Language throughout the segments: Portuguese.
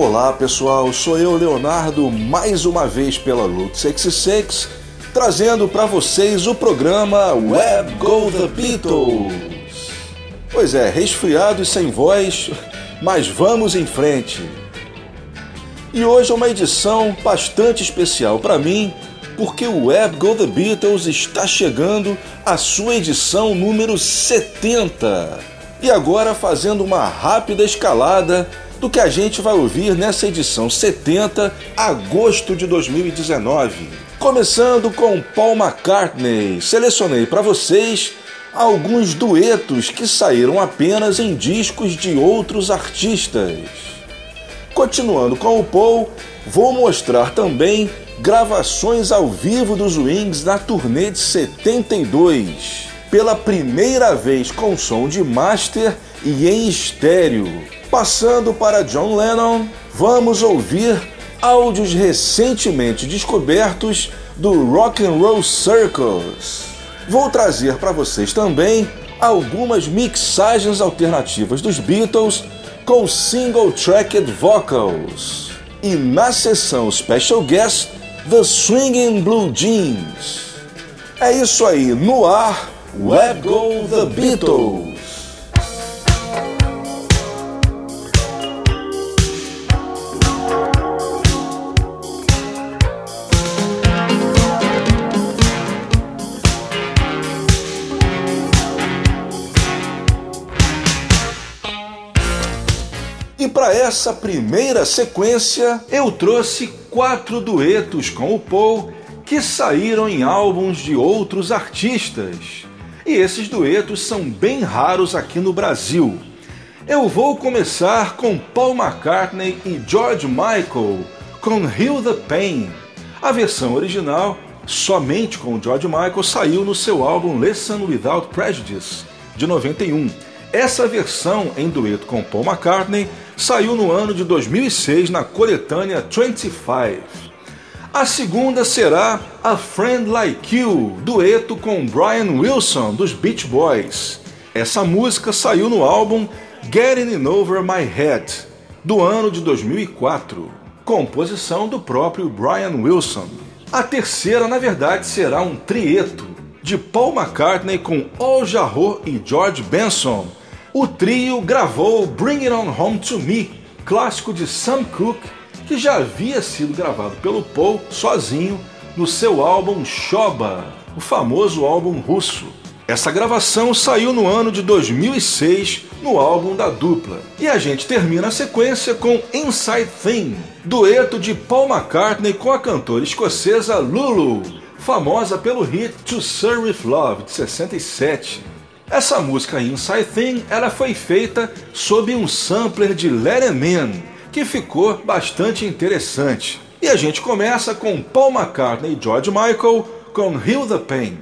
Olá pessoal, sou eu, Leonardo, mais uma vez pela Route 66, trazendo para vocês o programa Web Go The Beatles. Pois é, resfriado e sem voz, mas vamos em frente. E hoje é uma edição bastante especial para mim, porque o Web Go The Beatles está chegando à sua edição número 70. E agora fazendo uma rápida escalada do que a gente vai ouvir nessa edição 70, agosto de 2019. Começando com Paul McCartney, selecionei para vocês alguns duetos que saíram apenas em discos de outros artistas. Continuando com o Paul, vou mostrar também gravações ao vivo dos Wings na turnê de 72, pela primeira vez com som de master e em estéreo. Passando para John Lennon, vamos ouvir áudios recentemente descobertos do Rock and Roll Circus. Vou trazer para vocês também algumas mixagens alternativas dos Beatles com single-tracked vocals. E na sessão Special Guest, The Swingin' Blue Jeans. É isso aí, no ar, Web Go The Beatles. E para essa primeira sequência, eu trouxe 4 duetos com o Paul que saíram em álbuns de outros artistas. E esses duetos são bem raros aqui no Brasil. Eu vou começar com Paul McCartney e George Michael com Heal the Pain. A versão original, somente com George Michael, saiu no seu álbum Listen Without Prejudice, de 91. Essa versão em dueto com Paul McCartney saiu no ano de 2006 na coletânea 25. A segunda será A Friend Like You, dueto com Brian Wilson, dos Beach Boys. Essa música saiu no álbum Getting It Over My Head, do ano de 2004, composição do próprio Brian Wilson. A terceira, na verdade, será um trieto de Paul McCartney com Al Jarreau e George Benson. O trio gravou Bring It On Home To Me, clássico de Sam Cooke, que já havia sido gravado pelo Paul sozinho no seu álbum Shoba, o famoso álbum russo. Essa gravação saiu no ano de 2006 no álbum da dupla. E a gente termina a sequência com Inside Thing, dueto de Paul McCartney com a cantora escocesa Lulu, famosa pelo hit To Serve With Love, de 67. Essa música Inside Thing ela foi feita sob um sampler de Let 'Em In, que ficou bastante interessante. E a gente começa com Paul McCartney e George Michael com Heal the Pain.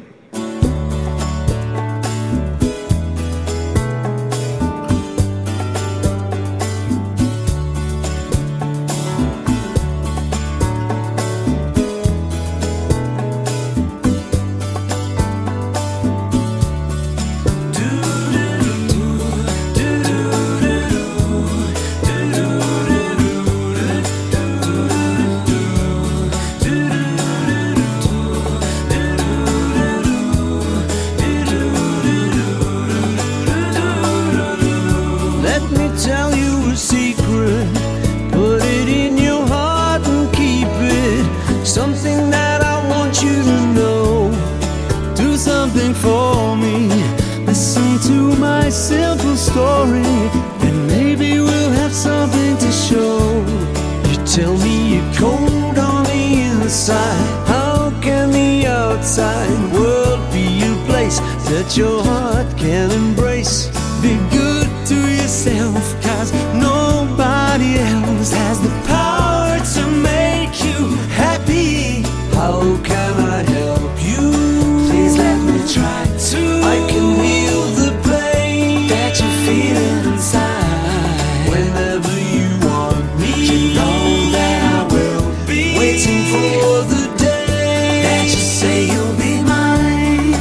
Your heart can embrace. Be good to yourself, 'cause nobody else has the power to make you happy. How can I help you? Please let me try to. I can heal the pain that you feel inside. Whenever you want me, you know that I will be waiting for the day that you say you'll be mine.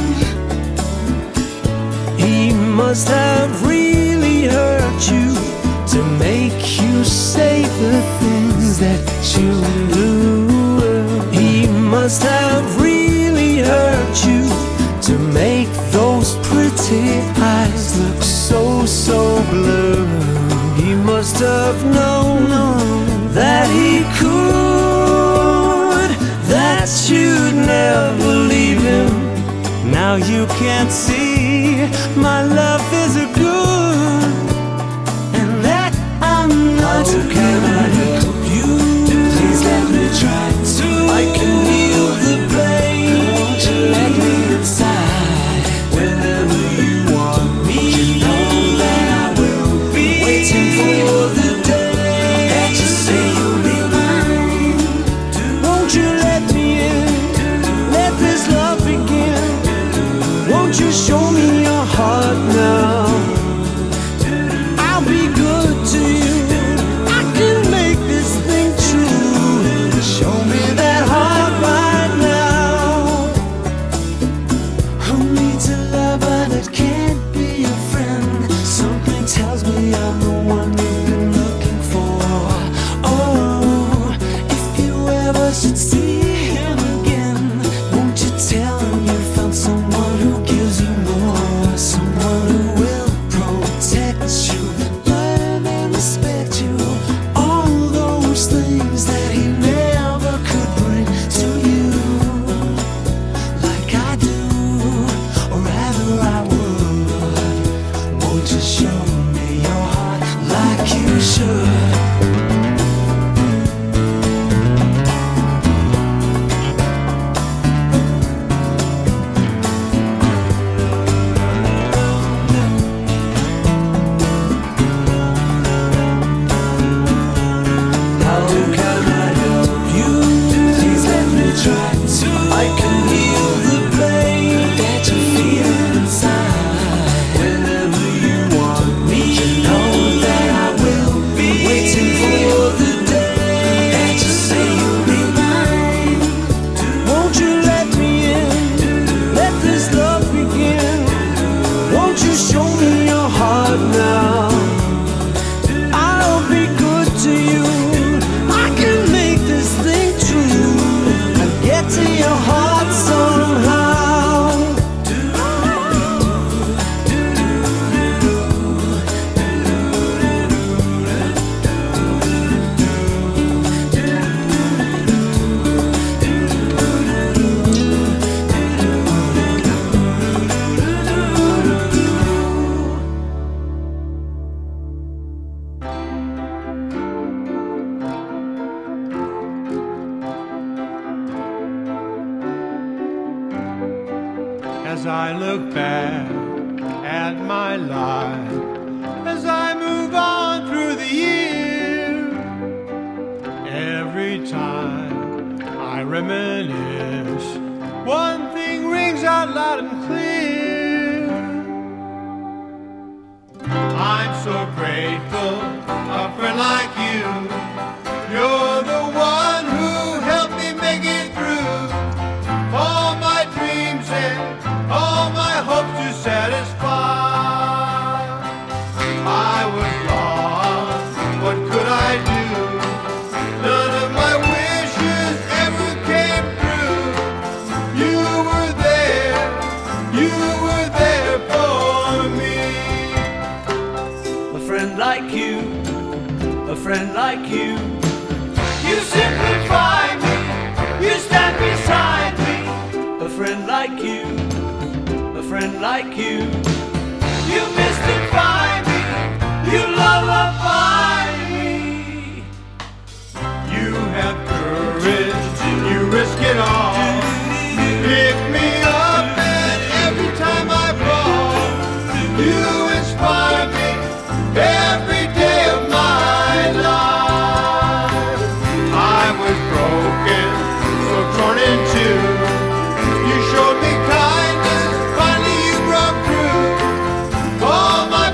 He must have really hurt you to make you say the thing that you do. He must have really hurt you to make those pretty eyes look so, so blue. He must have known that he could, that you'd never leave him. Now you can't see my love is a good, and that I'm not too kind. I help you? Please let me try to. I can heal the pain. Won't you let me inside whenever you want me? You know that I will be waiting for the day that you say you'll be mine. Won't you let me in? Let this love begin. Won't you show me your heart now? I'll be good to you. I can make this thing true. Show me that heart right now. Who needs a lover that can't be a friend? Something tells me I'm the one you've been looking for. Oh, if you ever should see him again, won't you tell him you found someone who gives you more, someone who will protect you, love and respect you, all those things that he never could bring to you, like I do, or rather I would. Won't you show me your heart like you should? How can I help you? Please let me try to. I can heal the pain that you feel inside whenever you want me. You know that I will be waiting for the day that you say you'll be mine. Won't you let me in? Let this love begin. Won't you show me your heart now? I'll be good to you. I can make this thing true. I'll get to your heart somehow. As I look back at my life, as I move on through the year, every time I reminisce, one thing rings out loud and clear. I'm so grateful, a friend like you. You're the one who helped me make it through all my dreams and all my hopes to satisfy. I was lost, what could I do? None of my wishes ever came true. You were there for me. A friend like you, a friend like you. You simplify me, you stand beside me. A friend like you, a friend like you. You mystify me, you lullaby me. You have courage, you risk it all. Pick me up and every time I fall, you inspire me every day of my life. I was broken, so torn in two. You showed me kindness, finally you broke through all my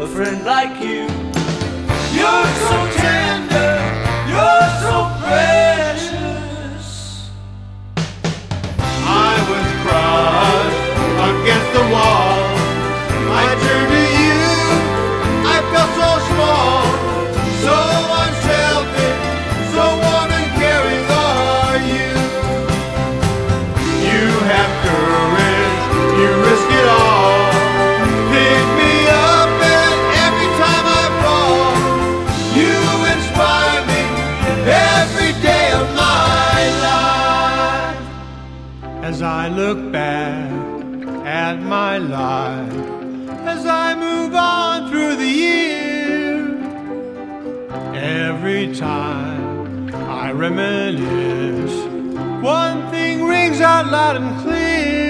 a friend like you. You're so tender, you're so precious. I was crushed against the wall. I turned to you, I felt so small, so unselfish, so warm and caring are you. You have courage, you risk it all, pick me up and every time I fall, you inspire me every day of my life. As I look back at my life, as I move on through the years, every time I reminisce, one thing rings out loud and clear.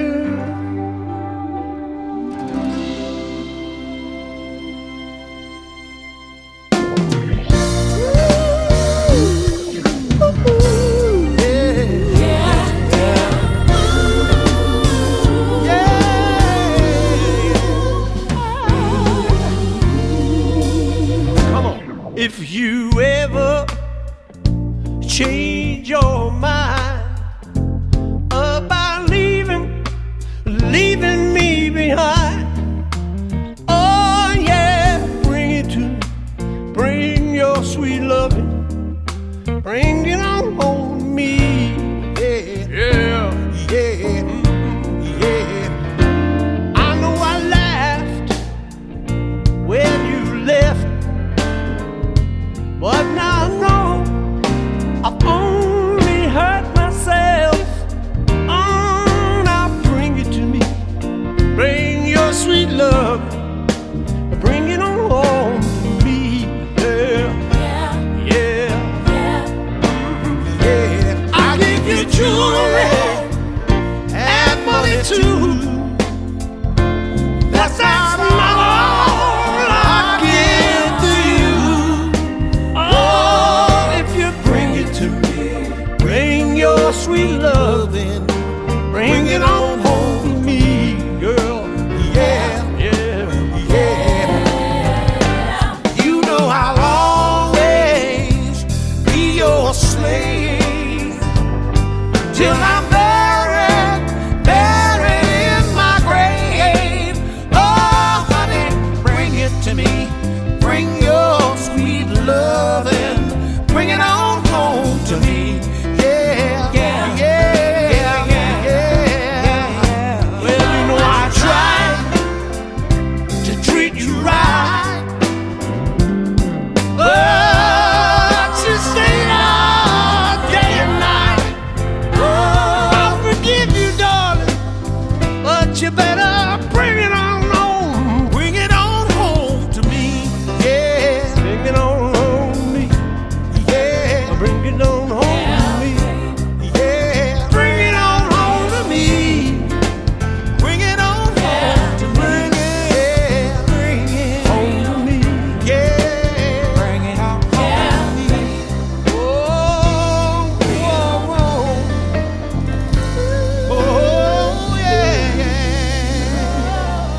If you ever change your mind about leaving me behind, oh yeah, bring it to me, bring your sweet loving, bring it on home to me, yeah, yeah, yeah. I know I laughed when you left, but now I know I've only hurt myself. Oh, now bring it to me, bring your sweet love, bring it on home to me. Yeah, yeah, yeah, yeah. I give you jewelry and money too. That's not all I give to you. Oh, if you bring it to me, bring your sweet love in, bring it on home to me, girl. Yeah, yeah, yeah. You know I'll always be your slave till I'm buried in my grave. Oh, honey, bring it to me, bring your sweet love in, bring it on home to me. Yeah, yeah, yeah, yeah, yeah. Well, you know I tried to treat you right, but you stayed out day and night. Oh, I'll forgive you, darling, but you better bring it on home, bring it on home to me. Yeah, bring it on home to me. Yeah, bring it on home to me. Yeah, bring it on home to me. Bring it on home to me. Yeah, bring it home to me. Yeah, bring it on home to me. Oh, oh, oh, oh, yeah, yeah.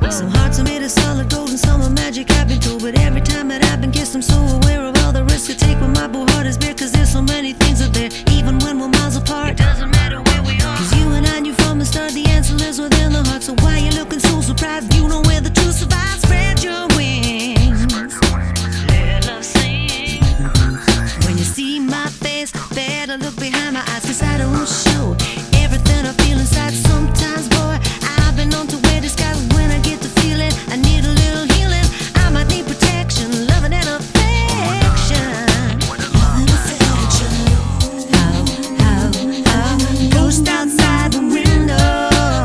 Some hearts are made of solid gold and some are magic I've been told. But every time that I've been kissed I'm so aware of all the risks I take when my blue heart is bare. Cause there's so many things out there, even when we're miles apart. It doesn't matter where we are, cause you and I knew from the start the answer lives within the heart. So why you looking so surprised? You know where the truth survives. Spread your wings, let love sing. When you see my face, better look behind my eyes, cause I don't show everything I feel inside. Sometimes, boy, I've been known to wear disguise. When I get the feeling I need a little healing, I might need protection, loving and affection. Ghost outside the window,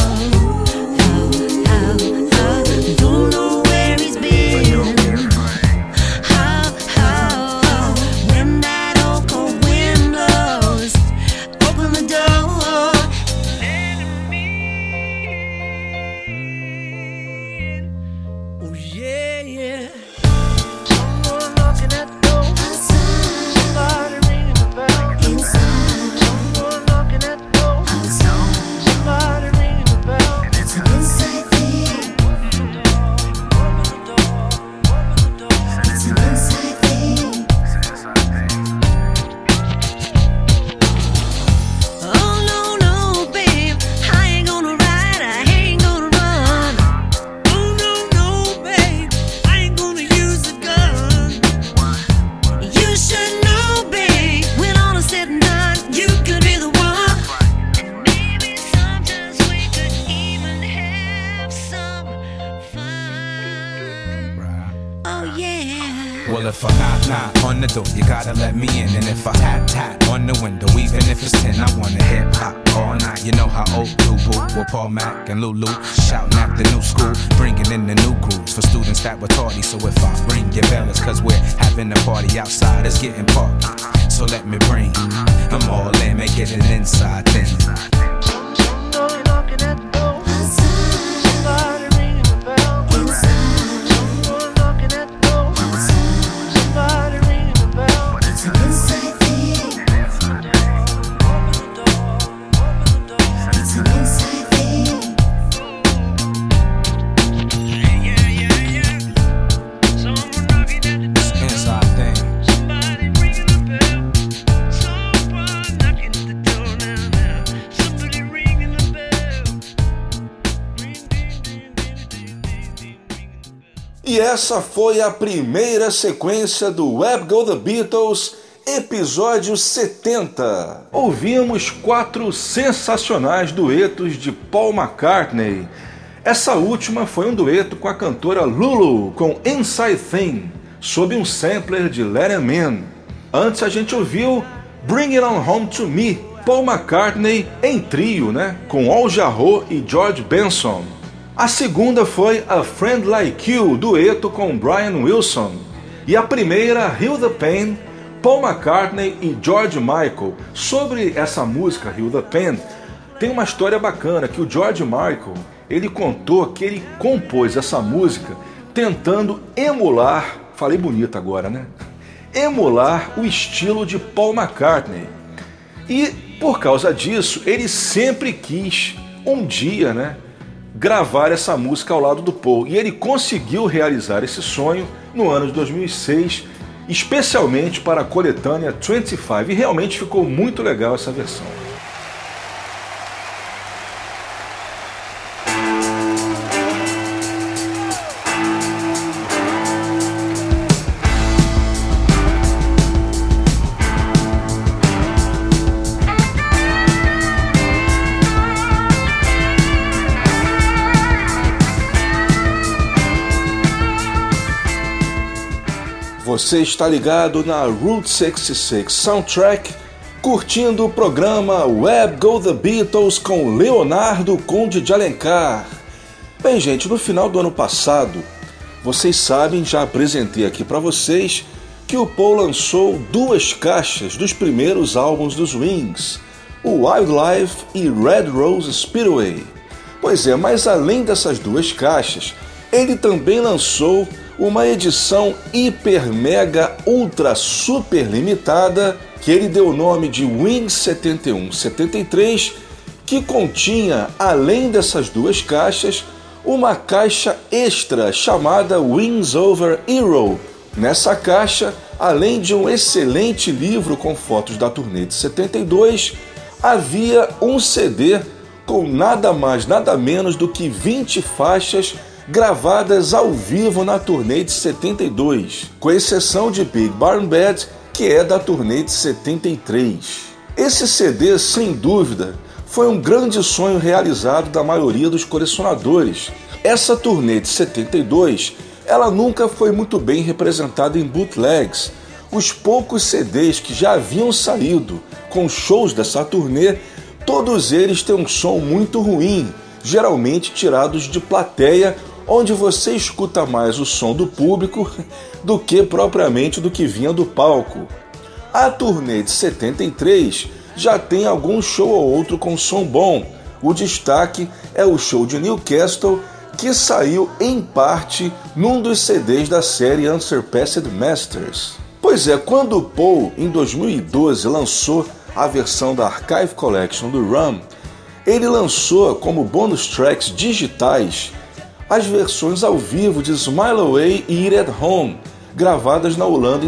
don't know where he's been. When that old cold wind blows, open the door, let me in. Oh yeah, yeah. Someone knocking at the door, somebody ringing the bell. Someone knocking at the door, somebody ringing the bell. It's an inside thing. Open the door, open the door. It's an inside thing. Oh no, no, babe, I ain't gonna ride, I ain't gonna run. Oh no, no, babe, I ain't gonna use the gun. You should know, babe, when all is said and done, you could be the one. Maybe sometimes we could even have some fun. Oh yeah. Well, if I knock on the door, you gotta let me in. And if I tap on the window, even if it's 10, I wanna hip hop all night. You know how old do boo with Paul Mac and Lulu shouting at the new school, bringing in the new grooves for students that were tardy. So if I ring your bell, it's cause we're having a party outside. It's getting parked, so let me bring them all in, make it an inside thing. Somebody knocking at the door, somebody ringing the bell. Someone knocking at the door, somebody ringing the bell. It's an inside thing. Open the door, open the door. It's an inside thing. Yeah. Someone knocking at the door, Inside thing. somebody ringing the bell. Someone knocking at the door now. Somebody ringing the bell. Ring, ding, ding, ding, ding, ding, ding, ringing the bell. E essa foi a primeira sequência do Web Go The Beatles, episódio 70. Ouvimos 4 sensacionais duetos de Paul McCartney. Essa última foi um dueto com a cantora Lulu, com Inside Thing, sob um sampler de Let 'Em In. Antes a gente ouviu Bring It On Home To Me, Paul McCartney em trio, com Al Jarreau e George Benson. A segunda foi A Friend Like You, dueto com Brian Wilson. E a primeira, Heal the Pain, Paul McCartney e George Michael. Sobre essa música, Heal the Pain, tem uma história bacana que o George Michael, ele contou que ele compôs essa música tentando emular, falei bonito agora, emular o estilo de Paul McCartney. E por causa disso, ele sempre quis um dia, gravar essa música ao lado do Paul. E ele conseguiu realizar esse sonho no ano de 2006, especialmente para a coletânea 25. E realmente ficou muito legal essa versão. Você está ligado na Route 66 Soundtrack, curtindo o programa Web Go The Beatles com Leonardo Conde de Alencar. Bem, gente, no final do ano passado, vocês sabem, já apresentei aqui para vocês que o Paul lançou 2 caixas dos primeiros álbuns dos Wings, o Wildlife e Red Rose Speedway. Pois é, mas além dessas 2 caixas, ele também lançou uma edição hiper, mega, ultra, super limitada, que ele deu o nome de Wings 71-73, que continha, além dessas 2 caixas, uma caixa extra chamada Wings Over Europe. Nessa caixa, além de um excelente livro com fotos da turnê de 72, havia um CD com nada mais, nada menos do que 20 faixas gravadas ao vivo na turnê de 72, com exceção de Big Barn Bad, que é da turnê de 73. Esse CD, sem dúvida, foi um grande sonho realizado da maioria dos colecionadores. Essa turnê de 72, ela nunca foi muito bem representada em bootlegs. Os poucos CDs que já haviam saído com shows dessa turnê, todos eles têm um som muito ruim, geralmente tirados de plateia, onde você escuta mais o som do público do que propriamente do que vinha do palco. A turnê de 73 já tem algum show ou outro com som bom. O destaque é o show de Newcastle, que saiu em parte num dos CDs da série Unsurpassed Masters. Pois é, quando o Paul, em 2012, lançou a versão da Archive Collection do Rum, ele lançou como bonus tracks digitais as versões ao vivo de Smile Away e Eat at Home, gravadas na Holanda em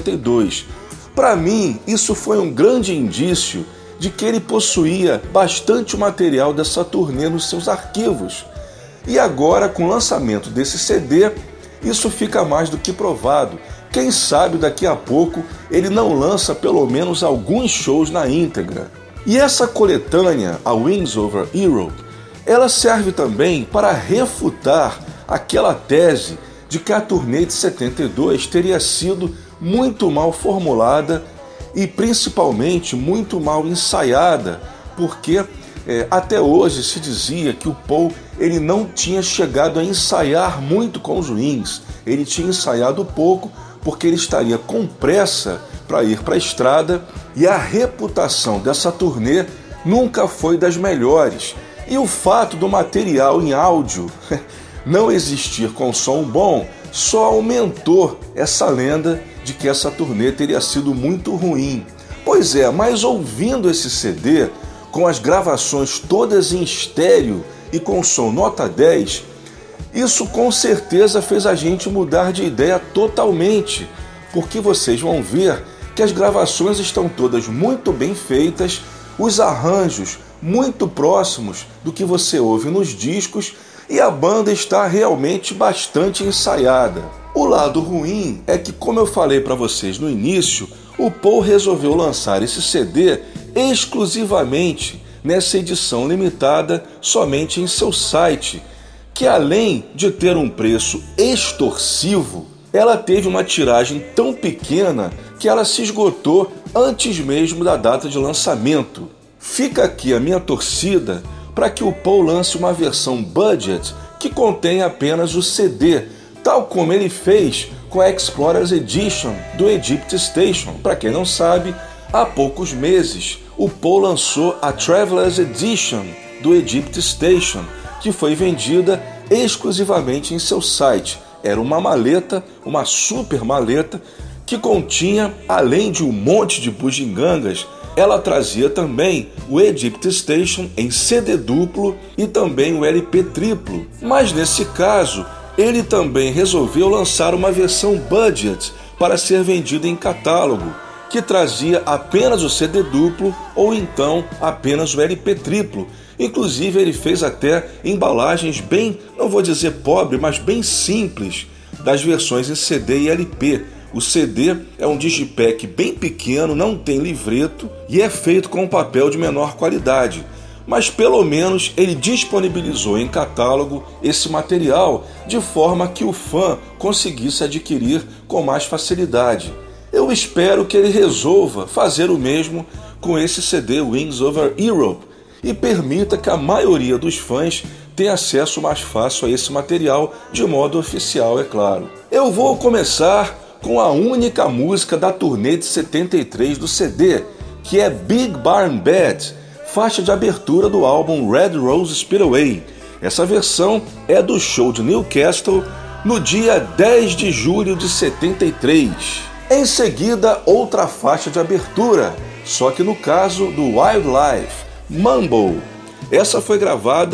72. Para mim, isso foi um grande indício de que ele possuía bastante material dessa turnê nos seus arquivos. E agora, com o lançamento desse CD, isso fica mais do que provado. Quem sabe daqui a pouco ele não lança pelo menos alguns shows na íntegra. E essa coletânea, a Wings Over Europe, ela serve também para refutar aquela tese de que a turnê de 72 teria sido muito mal formulada e principalmente muito mal ensaiada, porque até hoje se dizia que o Paul ele não tinha chegado a ensaiar muito com os Wings, ele tinha ensaiado pouco porque ele estaria com pressa para ir para a estrada, e a reputação dessa turnê nunca foi das melhores. E o fato do material em áudio não existir com som bom só aumentou essa lenda de que essa turnê teria sido muito ruim. Pois é, mas ouvindo esse CD, com as gravações todas em estéreo e com som nota 10, isso com certeza fez a gente mudar de ideia totalmente, porque vocês vão ver que as gravações estão todas muito bem feitas, os arranjos muito próximos do que você ouve nos discos e a banda está realmente bastante ensaiada. O lado ruim é que, como eu falei para vocês no início, o Paul resolveu lançar esse CD exclusivamente nessa edição limitada somente em seu site, que além de ter um preço extorsivo, ela teve uma tiragem tão pequena que ela se esgotou antes mesmo da data de lançamento. Fica aqui a minha torcida para que o Paul lance uma versão budget que contém apenas o CD, tal como ele fez com a Explorers Edition do Egypt Station. Para quem não sabe, há poucos meses o Paul lançou a Traveler's Edition do Egypt Station, que foi vendida exclusivamente em seu site. Era uma maleta, uma super maleta, que continha, além de um monte de bugigangas, ela trazia também o Egypt Station em CD duplo e também o LP triplo. Mas nesse caso, ele também resolveu lançar uma versão budget para ser vendida em catálogo, que trazia apenas o CD duplo ou então apenas o LP triplo. Inclusive ele fez até embalagens bem, não vou dizer pobre, mas bem simples das versões em CD e LP. O CD é um digipack bem pequeno, não tem livreto e é feito com papel de menor qualidade. Mas pelo menos ele disponibilizou em catálogo esse material de forma que o fã conseguisse adquirir com mais facilidade. Eu espero que ele resolva fazer o mesmo com esse CD Wings Over Europe e permita que a maioria dos fãs tenha acesso mais fácil a esse material de modo oficial, é claro. Eu vou começar com a única música da turnê de 73 do CD, que é Big Barn Bad, faixa de abertura do álbum Red Rose Speedway. Essa versão é do show de Newcastle no dia 10 de julho de 73. Em seguida, outra faixa de abertura, só que no caso do Wildlife, Mumble. Essa foi gravada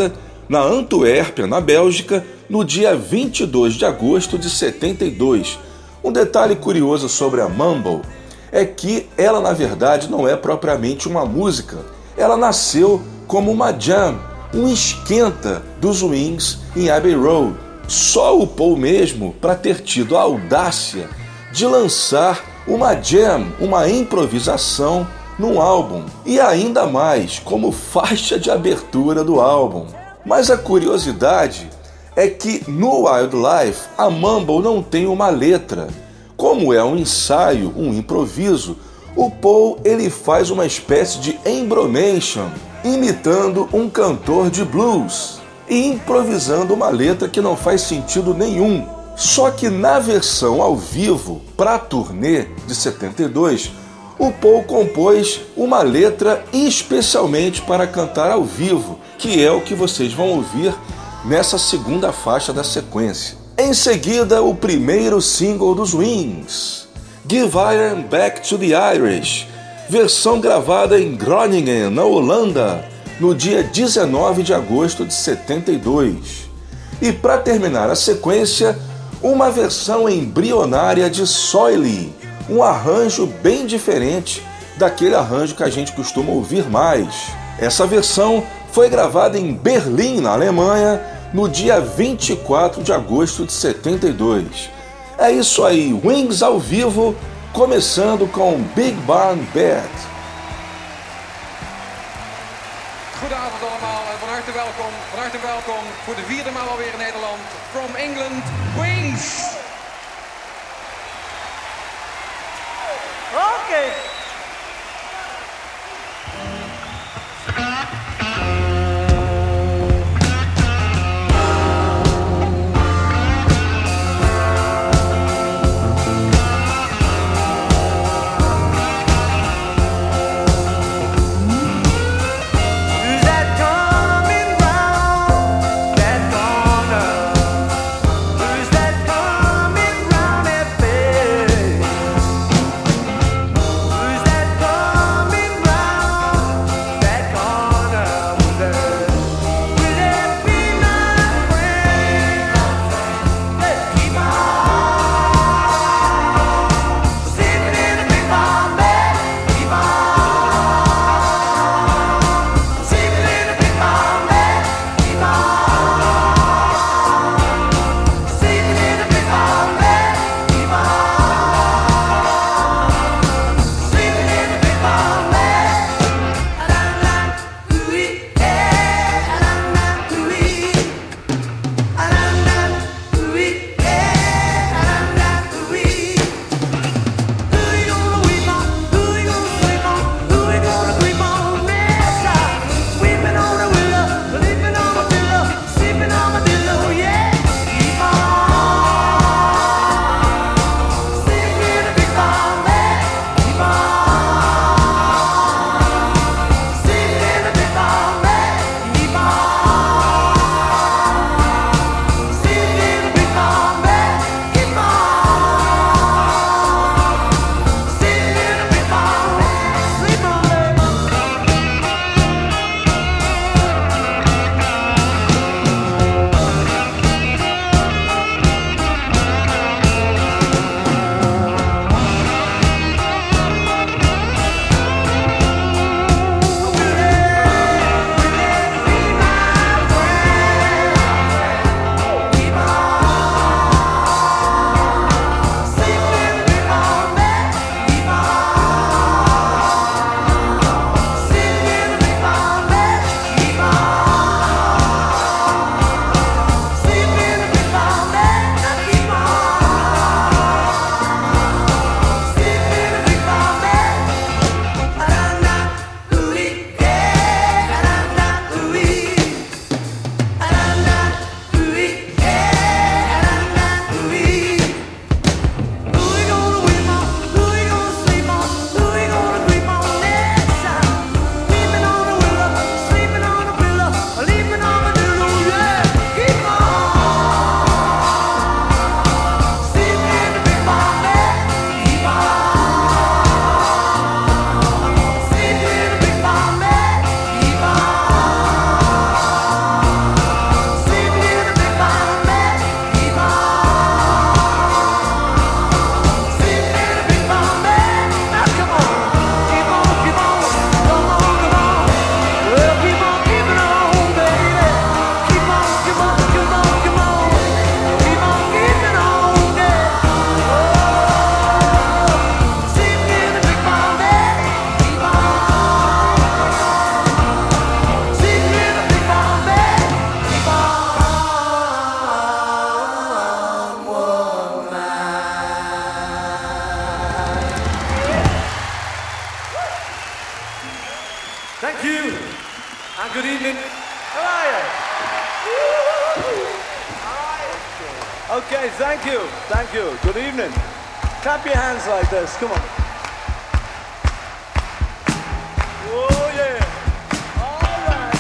na Antuérpia, na Bélgica, no dia 22 de agosto de 72. Um detalhe curioso sobre a Mumble é que ela, na verdade, não é propriamente uma música. Ela nasceu como uma jam, um esquenta dos Wings em Abbey Road. Só o Paul mesmo para ter tido a audácia de lançar uma jam, uma improvisação num álbum, e ainda mais como faixa de abertura do álbum. Mas a curiosidade é que no Wildlife a Mumble não tem uma letra. Como é um ensaio, um improviso, o Paul ele faz uma espécie de embromation, imitando um cantor de blues e improvisando uma letra que não faz sentido nenhum. Só que na versão ao vivo, para a turnê de 72, o Paul compôs uma letra especialmente para cantar ao vivo, que é o que vocês vão ouvir nessa segunda faixa da sequência. Em seguida, o primeiro single dos Wings, Give Iron Back to the Irish, versão gravada em Groningen, na Holanda, no dia 19 de agosto de 72. E para terminar a sequência, uma versão embrionária de Soily, um arranjo bem diferente daquele arranjo que a gente costuma ouvir mais. Essa versão foi gravada em Berlim, na Alemanha, no dia 24 de agosto de 72. É isso aí, Wings ao vivo, começando com Big Barn Bed. Goedenavond allemaal en van harte welkom voor de vierde maal alweer in Nederland. From England, Wings! Okay. Who's that coming round that corner? Who's that coming? Okay, thank you. Thank you. Good evening. Clap your hands like this. Come on. Oh, yeah. All right.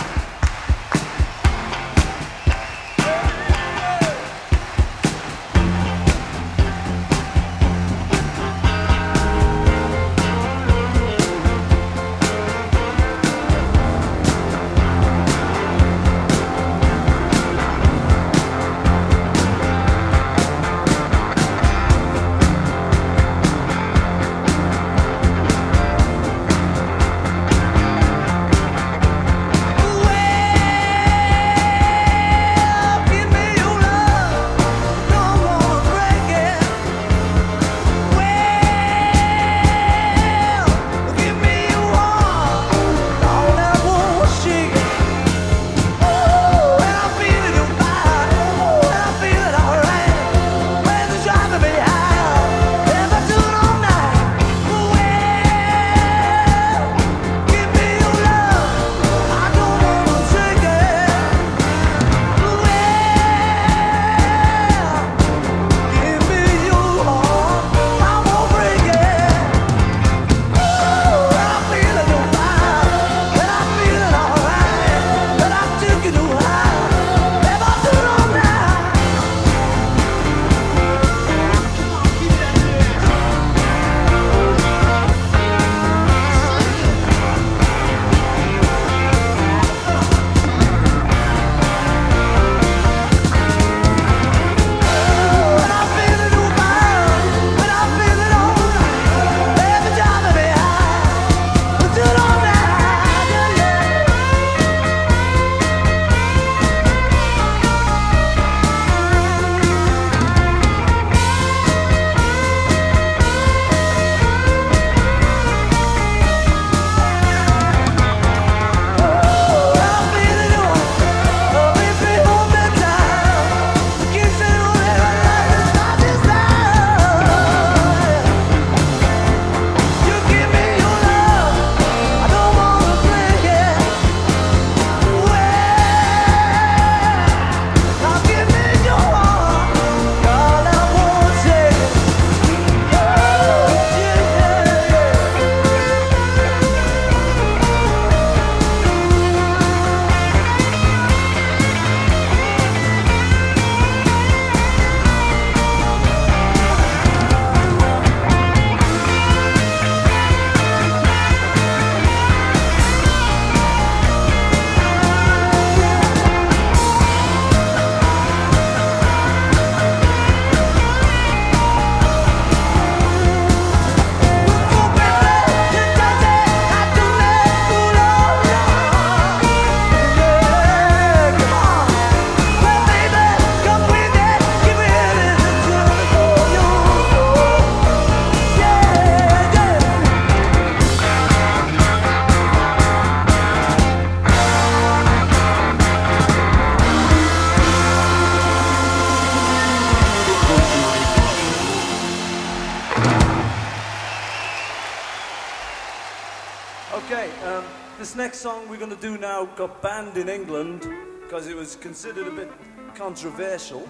This next song we're going to do now got banned in England because it was considered a bit controversial.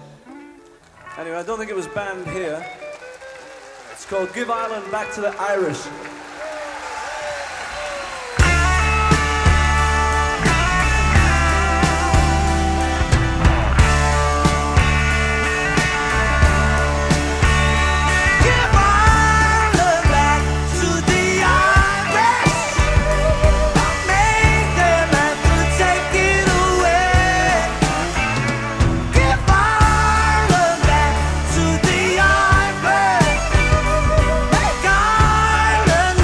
Anyway, I don't think it was banned here. It's called Give Ireland Back to the Irish. Ireland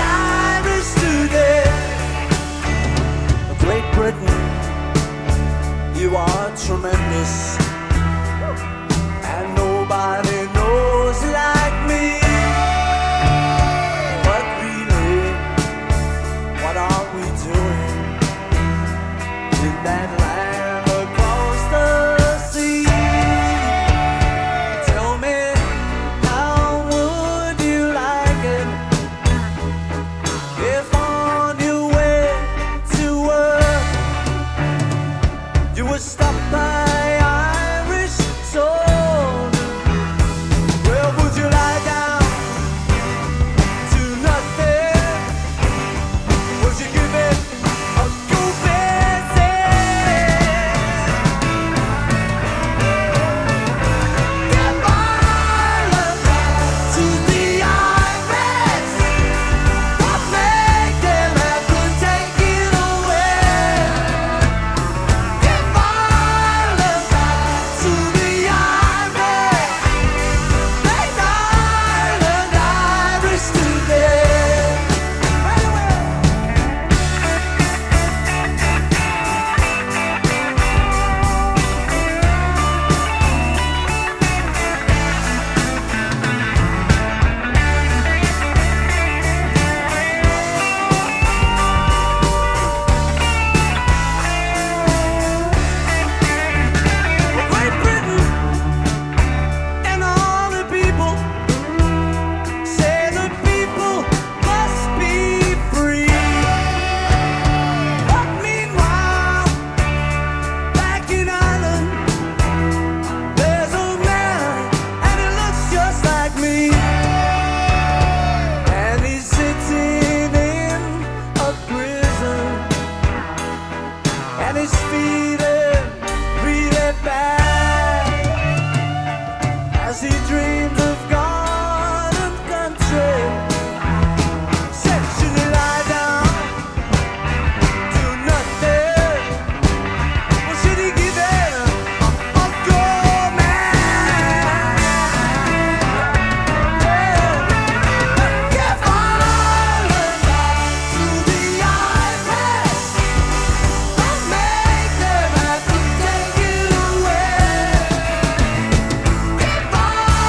'cause he dreams of God and country. Said, should he lie down, do nothing, or should he give in or go mad? Give Ireland back to the iPad. Don't make them have to take it away. Give Ireland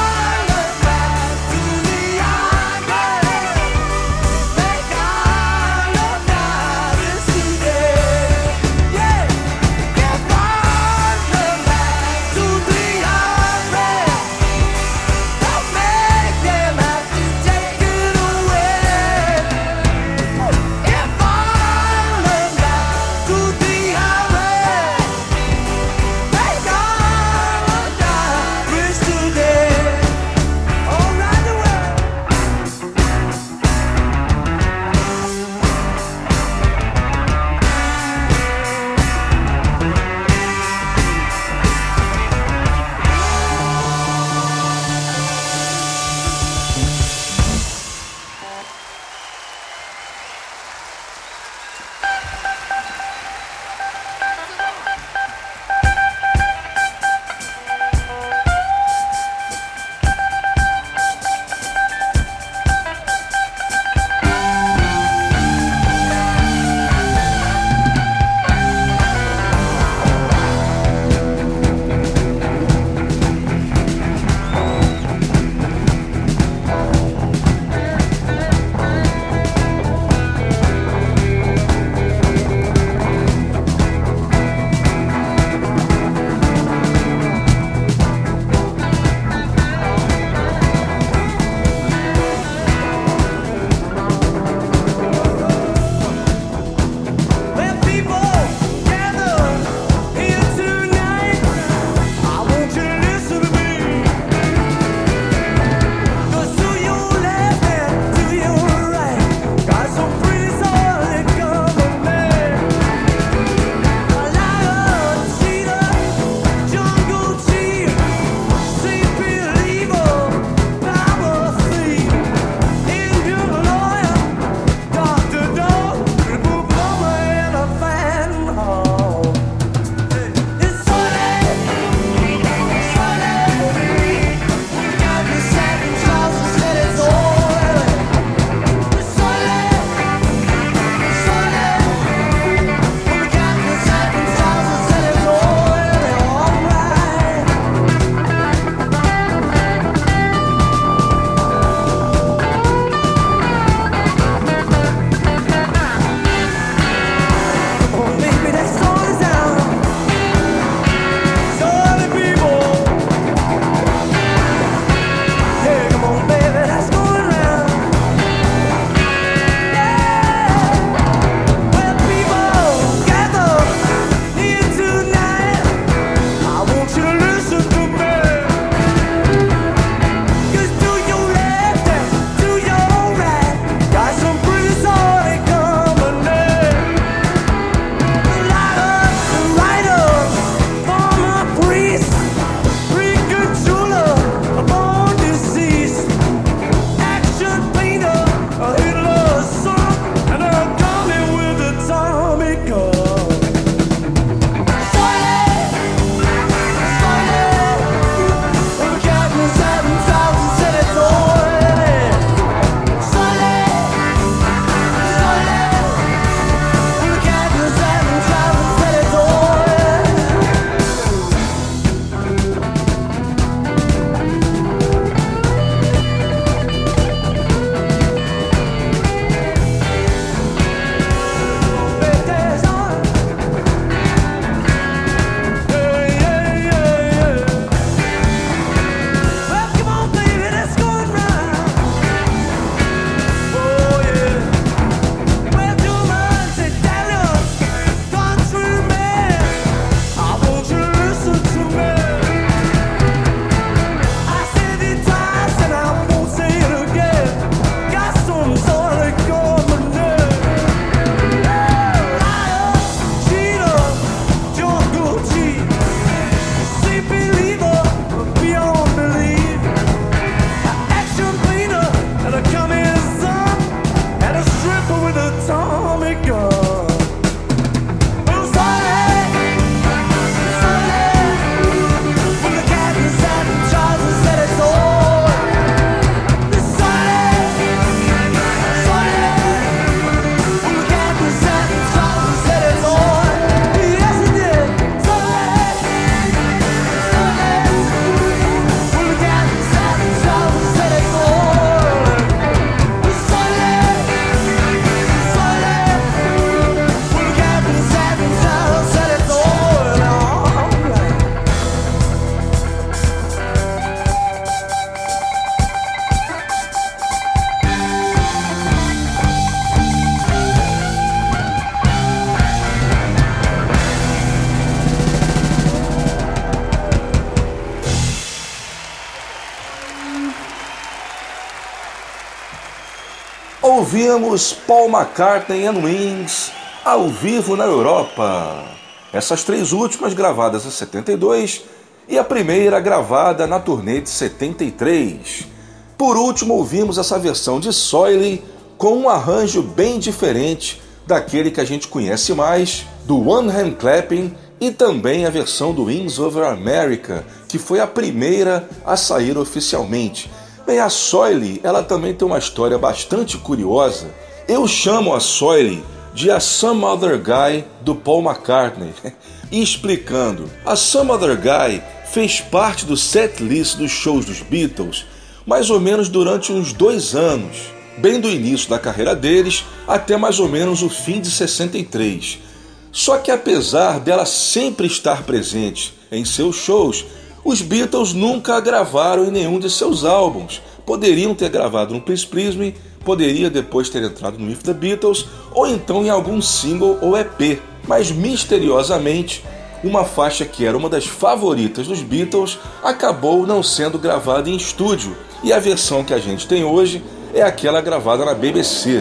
ouvimos Paul McCartney and Wings ao vivo na Europa. Essas três últimas gravadas em 72 e a primeira gravada na turnê de 73. Por último, ouvimos essa versão de Soile com um arranjo bem diferente daquele que a gente conhece mais, do One Hand Clapping, e também a versão do Wings Over America, que foi a primeira a sair oficialmente. Bem, a Soile, ela também tem uma história bastante curiosa. Eu chamo a Soile de A Some Other Guy do Paul McCartney. E explicando, a Some Other Guy fez parte do setlist dos shows dos Beatles mais ou menos durante uns 2 anos, bem do início da carreira deles até mais ou menos o fim de 63. Só que apesar dela sempre estar presente em seus shows, os Beatles nunca a gravaram em nenhum de seus álbuns. Poderiam ter gravado no Please Please Me, poderia depois ter entrado no With the Beatles, ou então em algum single ou EP. Mas misteriosamente, uma faixa que era uma das favoritas dos Beatles acabou não sendo gravada em estúdio, e a versão que a gente tem hoje é aquela gravada na BBC.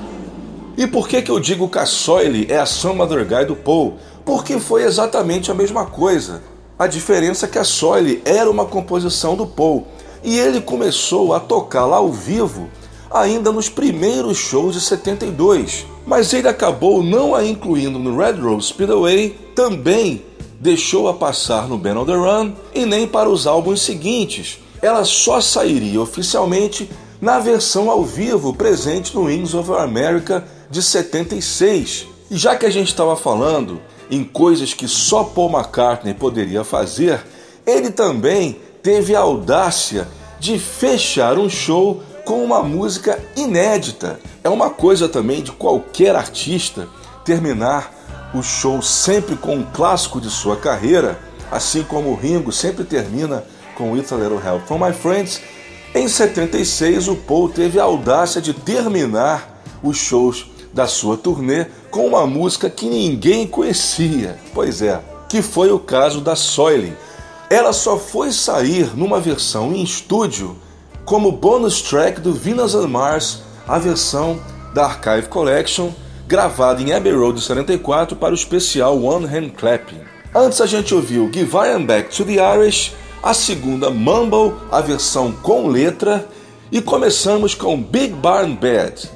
E por que eu digo que a Soile é a Some Other Guy do Paul? Porque foi exatamente a mesma coisa. A diferença é que a Soile era uma composição do Paul, e ele começou a tocá-la ao vivo ainda nos primeiros shows de 72, mas ele acabou não a incluindo no Red Rose Speedway, também deixou-a passar no Band on the Run e nem para os álbuns seguintes. Ela só sairia oficialmente na versão ao vivo presente no Wings Over America de 76. E já que a gente estava falando em coisas que só Paul McCartney poderia fazer, ele também teve a audácia de fechar um show com uma música inédita. É uma coisa também de qualquer artista terminar o show sempre com um clássico de sua carreira, assim como o Ringo sempre termina com With a Little Help from My Friends. Em 76, o Paul teve a audácia de terminar os shows da sua turnê com uma música que ninguém conhecia. Pois é, que foi o caso da Soile. Ela só foi sair numa versão em estúdio como bonus track do Venus and Mars, a versão da Archive Collection, gravada em Abbey Road de 74 para o especial One Hand Clapping. Antes a gente ouviu Give I Am Back to the Irish, a segunda Mumble, a versão com letra, e começamos com Big Barn Bed.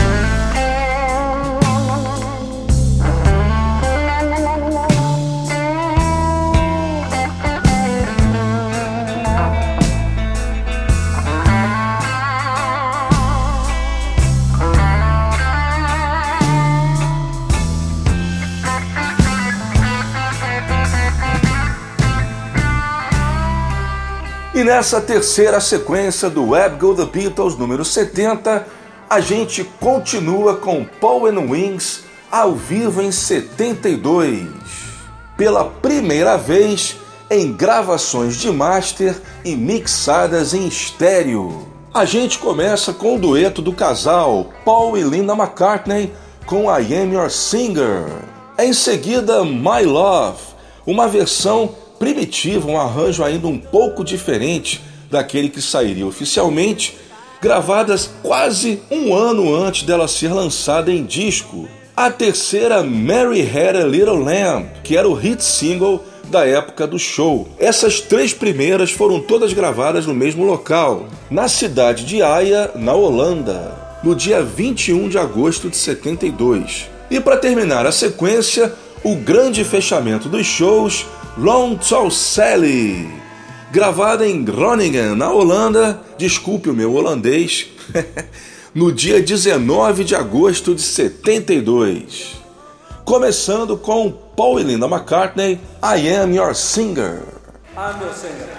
E nessa terceira sequência do Web Go The Beatles número 70, a gente continua com Paul and Wings ao vivo em 72. Pela primeira vez em gravações de master e mixadas em estéreo. A gente começa com o dueto do casal Paul e Linda McCartney com I Am Your Singer. Em seguida, My Love, uma versão primitiva, um arranjo ainda um pouco diferente daquele que sairia oficialmente, gravadas quase um ano antes dela ser lançada em disco. A terceira, Mary Had a Little Lamb, que era o hit single da época do show. Essas três primeiras foram todas gravadas no mesmo local, na cidade de Haia, na Holanda, no dia 21 de agosto de 72. E para terminar a sequência, o grande fechamento dos shows, Long Tall Sally, gravada em Groningen, na Holanda, desculpe o meu holandês, no dia 19 de agosto de 72. Começando com Paul e Linda McCartney, I Am Your Singer. I'm your singer.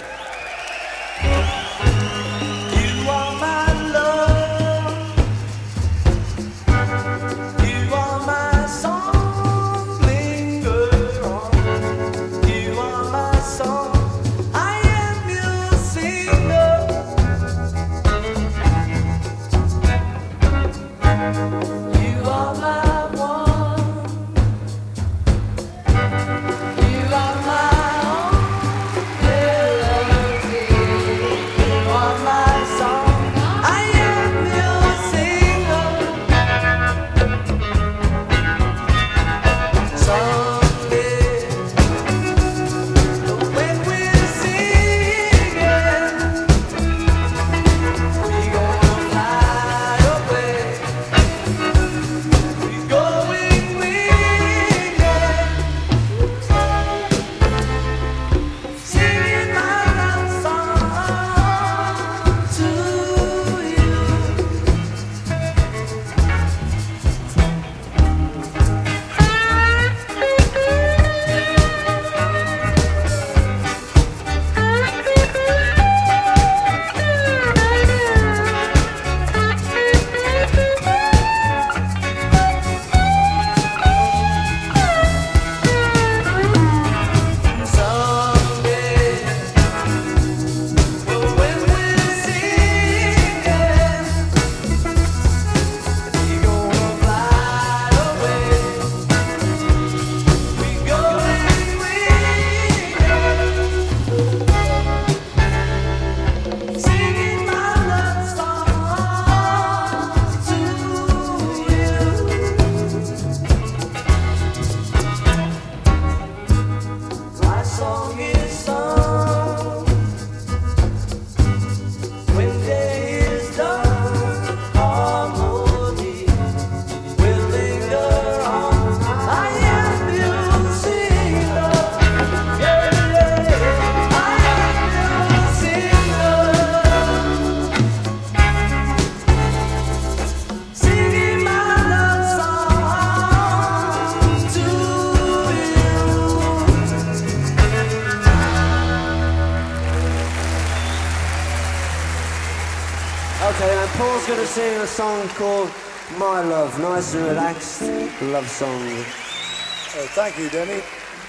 Okay, and Paul's going to sing a song called My Love, nice and relaxed love song. Thank you, Denny.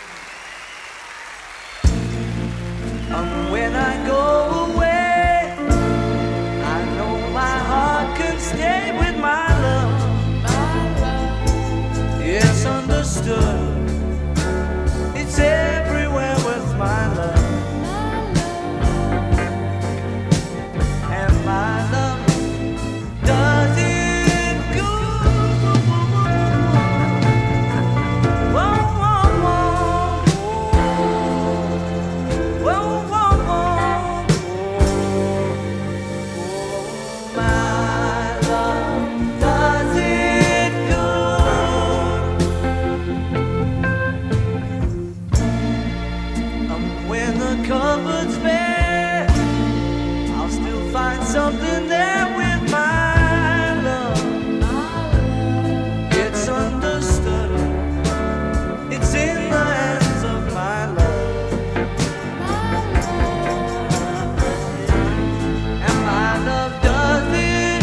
When I go away, I know my heart can stay with my love. It's understood. It's everywhere with my love. And my love does it good. Whoa, whoa, whoa. Whoa, whoa, whoa. My love does it good. When the cupboard's bare, I'll still find something there with my love. It's understood. It's in the hands of my love. And my love does it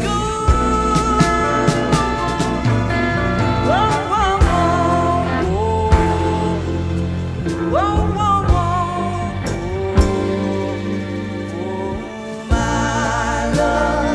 good. Whoa, whoa, whoa. Whoa, whoa, whoa. My love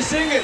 singing.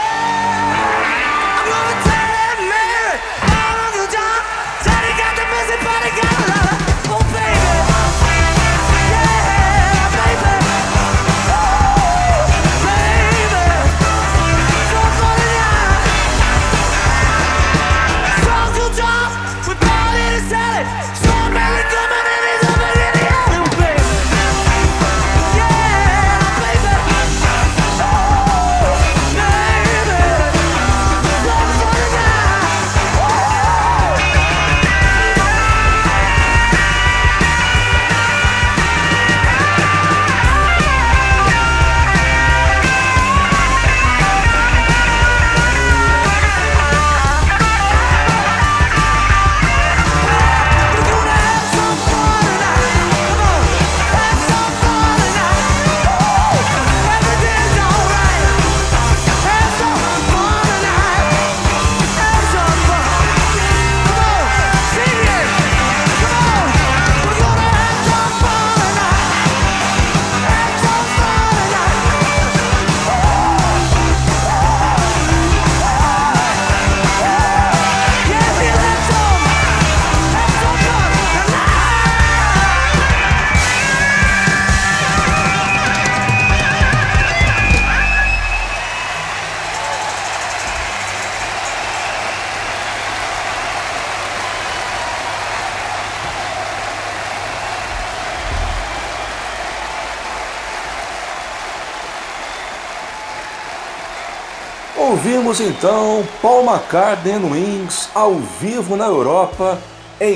Ouvimos então Paul McCartney and Wings ao vivo na Europa em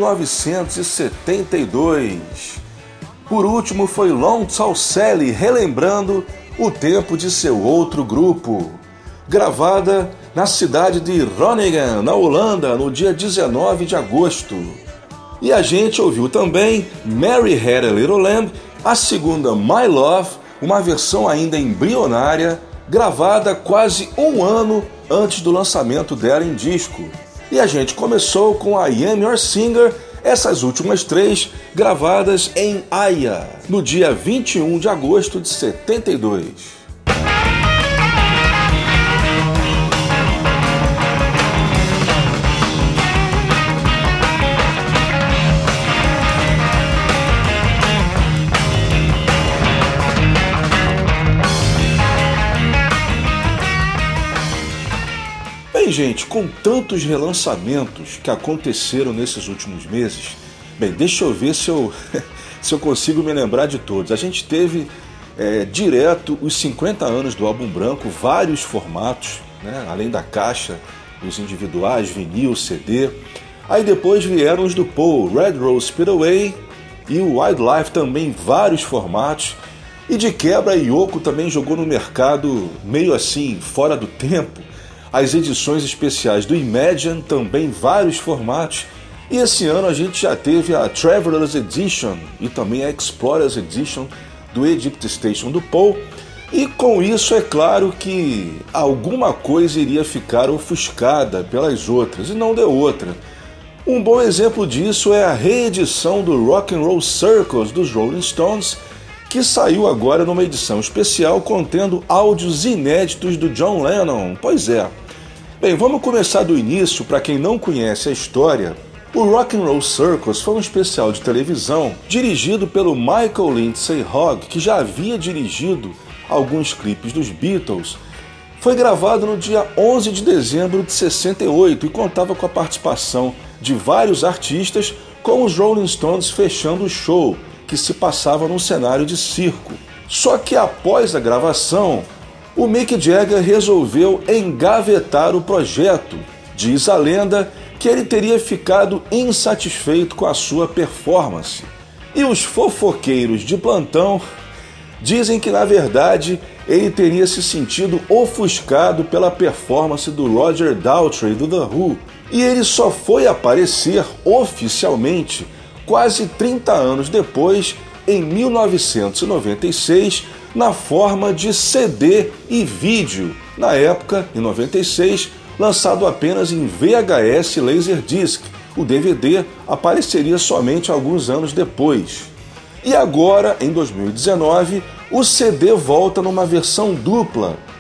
1972. Por último foi Long Tall Sally relembrando o tempo de seu outro grupo, gravada na cidade de Groningen, na Holanda, no dia 19 de agosto. E a gente ouviu também Mary Had a Little Lamb, a segunda My Love, uma versão ainda embrionária, gravada quase um ano antes do lançamento dela em disco. E a gente começou com I Am Your Singer, essas últimas três gravadas em Haia, no dia 21 de agosto de 72. Bem, gente, com tantos relançamentos que aconteceram nesses últimos meses, bem, deixa eu ver se eu consigo me lembrar de todos. A gente teve direto os 50 anos do álbum branco, vários formatos, né, além da caixa, os individuais, vinil, CD. Aí depois vieram os do Paul, Red Rose Speedway e o Wildlife, também vários formatos. E de quebra, Yoko também jogou no mercado meio assim, fora do tempo. As edições especiais do Imagine, também vários formatos. E esse ano a gente já teve a Traveler's Edition e também a Explorer's Edition do Egypt Station do Paul. E com isso é claro que alguma coisa iria ficar ofuscada pelas outras, e não deu outra. Um bom exemplo disso é a reedição do Rock and Roll Circus dos Rolling Stones, que saiu agora numa edição especial contendo áudios inéditos do John Lennon. Pois é. Bem, vamos começar do início. Para quem não conhece a história, o Rock and Roll Circus foi um especial de televisão dirigido pelo Michael Lindsay Hogg, que já havia dirigido alguns clipes dos Beatles. Foi gravado no dia 11 de dezembro de 68 e contava com a participação de vários artistas, com os Rolling Stones fechando o show, que se passava num cenário de circo. Só que após a gravação, o Mick Jagger resolveu engavetar o projeto. Diz a lenda que ele teria ficado insatisfeito com a sua performance. E os fofoqueiros de plantão dizem que, na verdade, ele teria se sentido ofuscado pela performance do Roger Daltrey do The Who. E ele só foi aparecer oficialmente quase 30 anos depois, em 1996, na forma de CD e vídeo, na época, em 96, lançado apenas em VHS Laserdisc. O DVD apareceria somente alguns anos depois. E agora, em 2019, o CD volta numa versão dupla,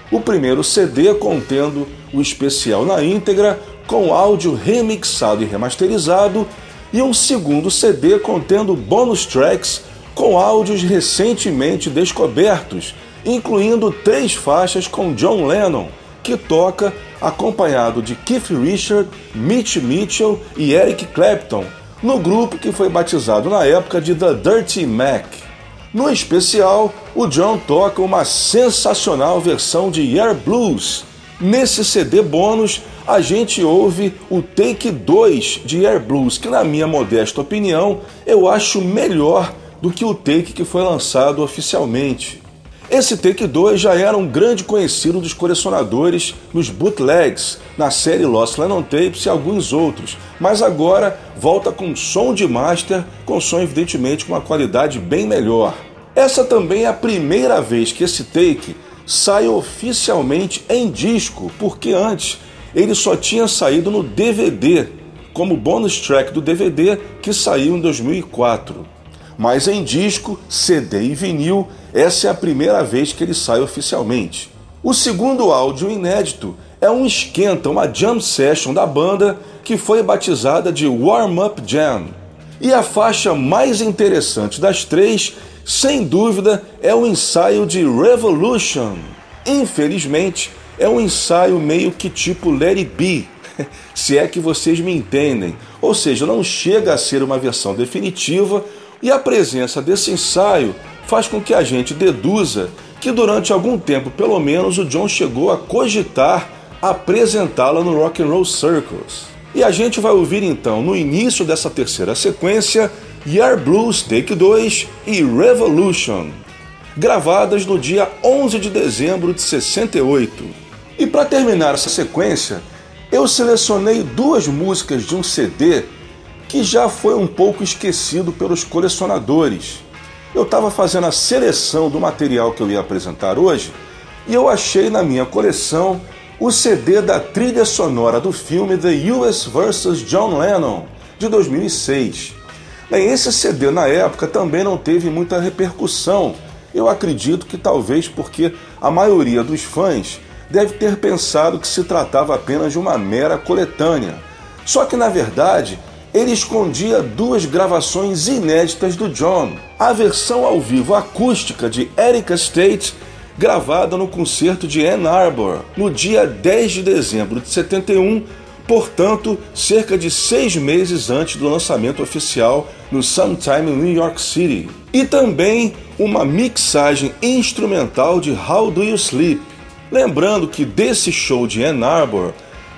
O primeiro CD contendo o especial na íntegra, com áudio remixado e remasterizado, e um segundo CD contendo bônus tracks com áudios recentemente descobertos, incluindo 3 faixas com John Lennon, que toca acompanhado de Keith Richards, Mitch Mitchell e Eric Clapton, no grupo que foi batizado na época de The Dirty Mac. No especial, o John toca uma sensacional versão de Yeah Blues. Nesse CD bônus, a gente ouve o Take 2 de Yeah Blues, que na minha modesta opinião, eu acho melhor do que o take que foi lançado oficialmente. Esse Take 2 já era um grande conhecido dos colecionadores nos bootlegs, na série Lost Lennon Tapes e alguns outros, mas agora volta com som de master, com som evidentemente com uma qualidade bem melhor. Essa também é a primeira vez que esse take sai oficialmente em disco, porque antes ele só tinha saído no DVD, como bonus track do DVD que saiu em 2004. Mas em disco, CD e vinil, essa é a primeira vez que ele sai oficialmente. O segundo áudio inédito é um esquenta, uma jam session da banda que foi batizada de Warm Up Jam. E a faixa mais interessante das 3, sem dúvida, é o ensaio de Revolution. Infelizmente, é um ensaio meio que tipo Let It Be, se é que vocês me entendem. Ou seja, não chega a ser uma versão definitiva, e a presença desse ensaio faz com que a gente deduza que durante algum tempo, pelo menos, o John chegou a cogitar apresentá-la no Rock and Roll Circus. E a gente vai ouvir então, no início dessa terceira sequência, Yeah Blues Take 2 e Revolution, gravadas no dia 11 de dezembro de 68. E para terminar essa sequência, eu selecionei 2 músicas de um CD que já foi um pouco esquecido pelos colecionadores. Eu estava fazendo a seleção do material que eu ia apresentar hoje e eu achei na minha coleção o CD da trilha sonora do filme The US vs. John Lennon, de 2006. Bem, esse CD na época também não teve muita repercussão. Eu acredito que talvez porque a maioria dos fãs deve ter pensado que se tratava apenas de uma mera coletânea. Só que na verdade, ele escondia 2 gravações inéditas do John. A versão ao vivo acústica de Erika State, gravada no concerto de Ann Arbor, no dia 10 de dezembro de 71, portanto, cerca de 6 meses antes do lançamento oficial no Sometime in New York City. E também uma mixagem instrumental de How Do You Sleep. Lembrando que desse show de Ann Arbor,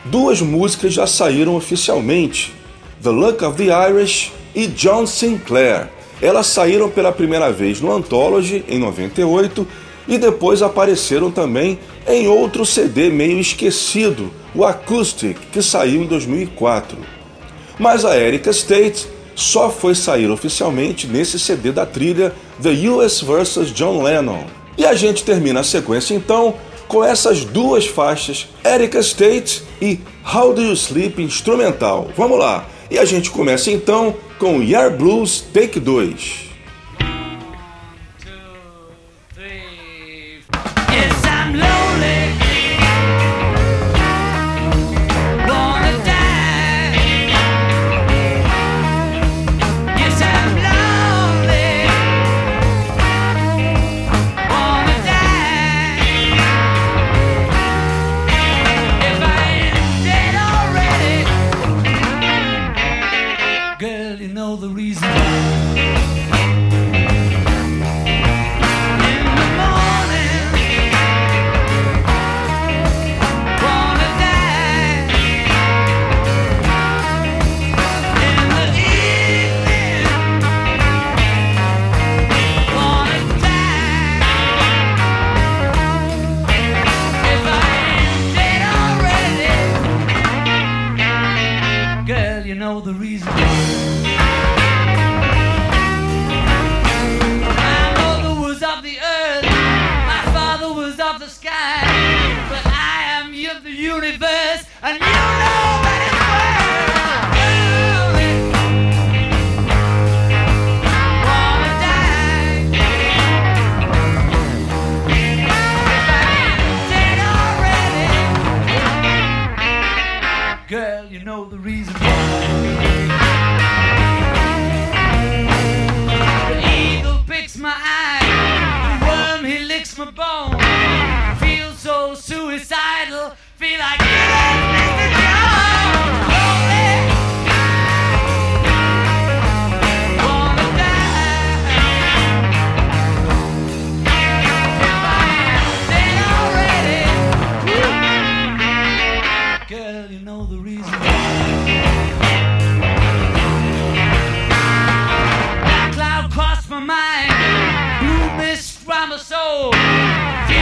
2 músicas já saíram oficialmente: The Luck of the Irish e John Sinclair. Elas saíram pela primeira vez no Anthology, em 98, e depois apareceram também em outro CD meio esquecido, o Acoustic, que saiu em 2004. Mas a Erika State só foi sair oficialmente nesse CD da trilha The US vs. John Lennon. E a gente termina a sequência então com essas 2 faixas, Erika State e How Do You Sleep instrumental. Vamos lá! E a gente começa então com Yeah Blues Take 2. Dead The eagle picks my eye, the worm he licks my bone. Feel so suicidal, feel like Mr. Jones. Lonely, wanna die. If I am dead already, girl, you know the reason why. Black cloud crossed my mind, blue mist round my soul.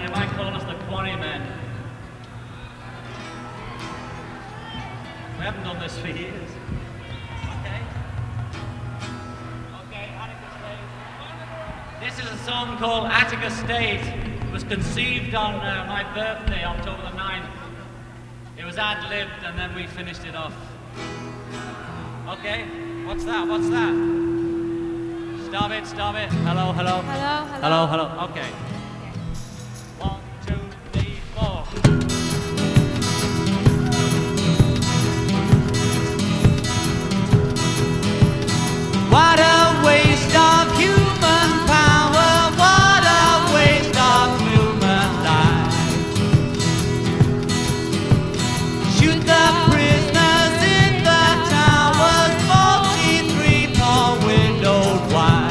They might call us the Quarrymen. We haven't done this for years. Okay? Okay, Attica State. This is a song called Attica State. It was conceived on my birthday, October the 9th. It was ad-libbed and then we finished it off. Okay, what's that? What's that? Stop it, stop it. Hello, hello. Hello, hello. Hello, hello. Okay. 1, 2, 3, 4. What a waste of human power, what a waste of human life. Shoot the prisoners in the towers, 43 more windowed wide.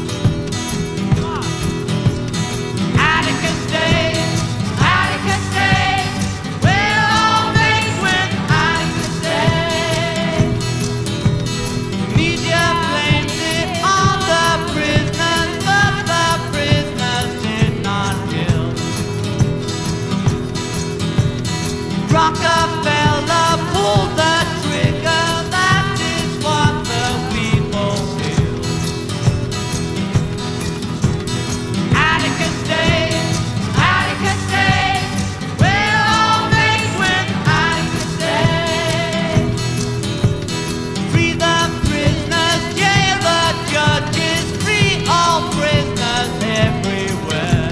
Attica State, Attica State, we'll all make with Attica State. Media blames it on the prisoners, but the prisoners did not kill. Rockefeller pulled the trigger, that is what the people feel. Attica State, Attica State, we'll all make with Attica State. Free the prisoners, jail the judges, free all prisoners everywhere.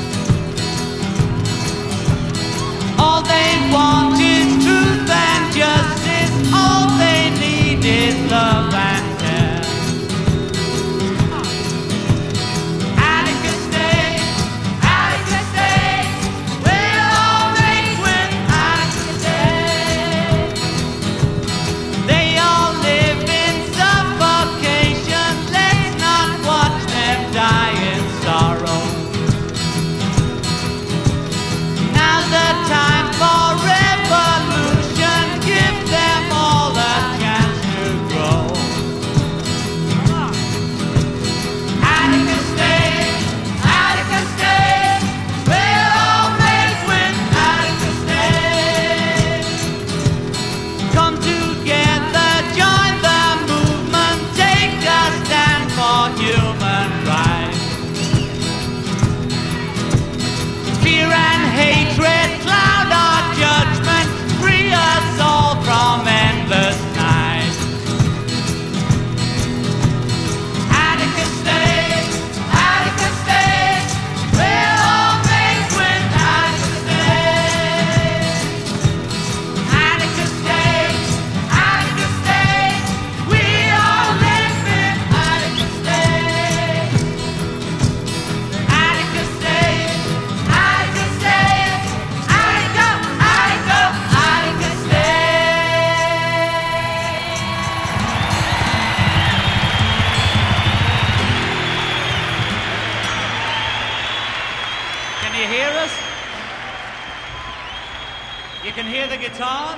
All they want is truth and justice, all they need is love and care. Attica State, Attica State, we'll all make with Attica State. They all live in suffocation, let's not watch them die in sorrow. Now's the time for revolution, give them all a chance to grow. Attica State, Attica State, we'll all make with Attica State. Come together, join the movement, take a stand for human rights. Fear and hatred cloud our judgment, free us all from endless night. Attica State, Attica State, we'll all make with Attica State. Attica State, Attica State, we all live in Attica State. Attica State, Attica State, Attica, Attica, Attica State. Can you hear us? You can hear the guitars?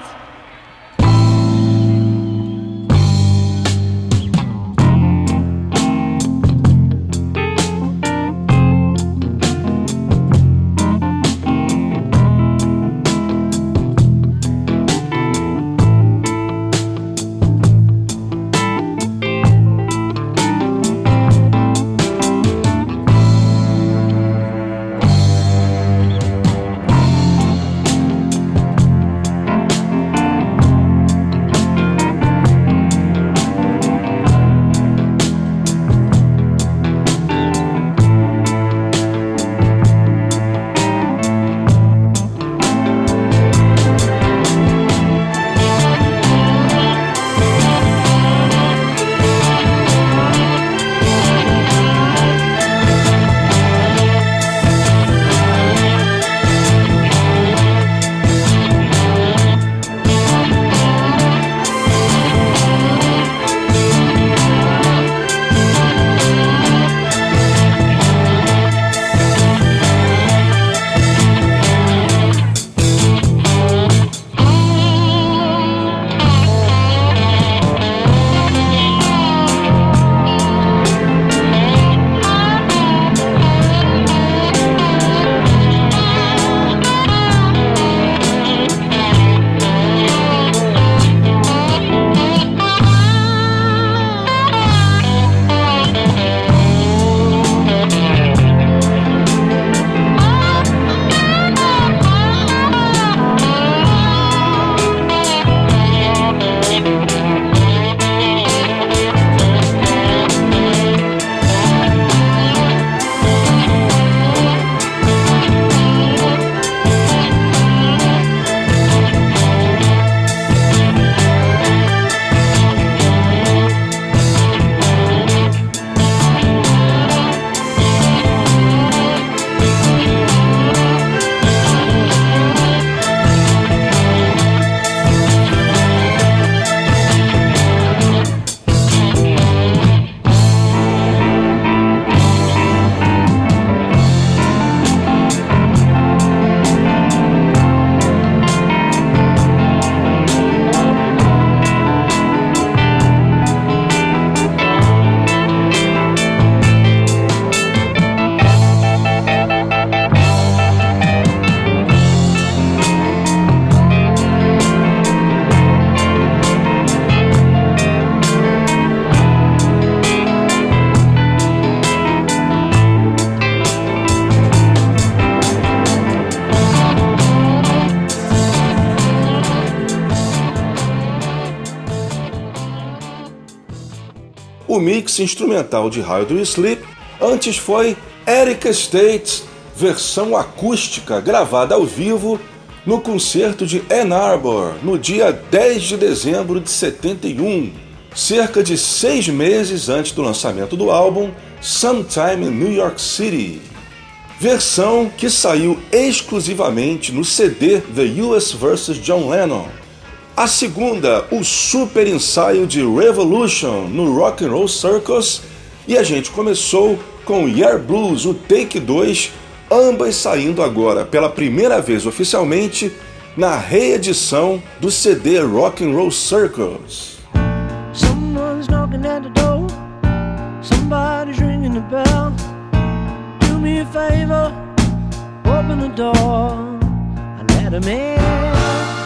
o mix instrumental de How Do You Sleep, antes foi Attica State, versão acústica gravada ao vivo no concerto de Ann Arbor, no dia 10 de dezembro de 71, cerca de 6 meses antes do lançamento do álbum Sometime in New York City. Versão que saiu exclusivamente no CD The US vs. John Lennon. A segunda, o super ensaio de Revolution no Rock and Roll Circus, e a gente começou com Yeah Blues, o Take 2, ambas saindo agora pela primeira vez oficialmente na reedição do CD Rock and Roll Circus. Someone's knocking at the door, somebody's ringing the bell. Do me a favor, open the door and let him in.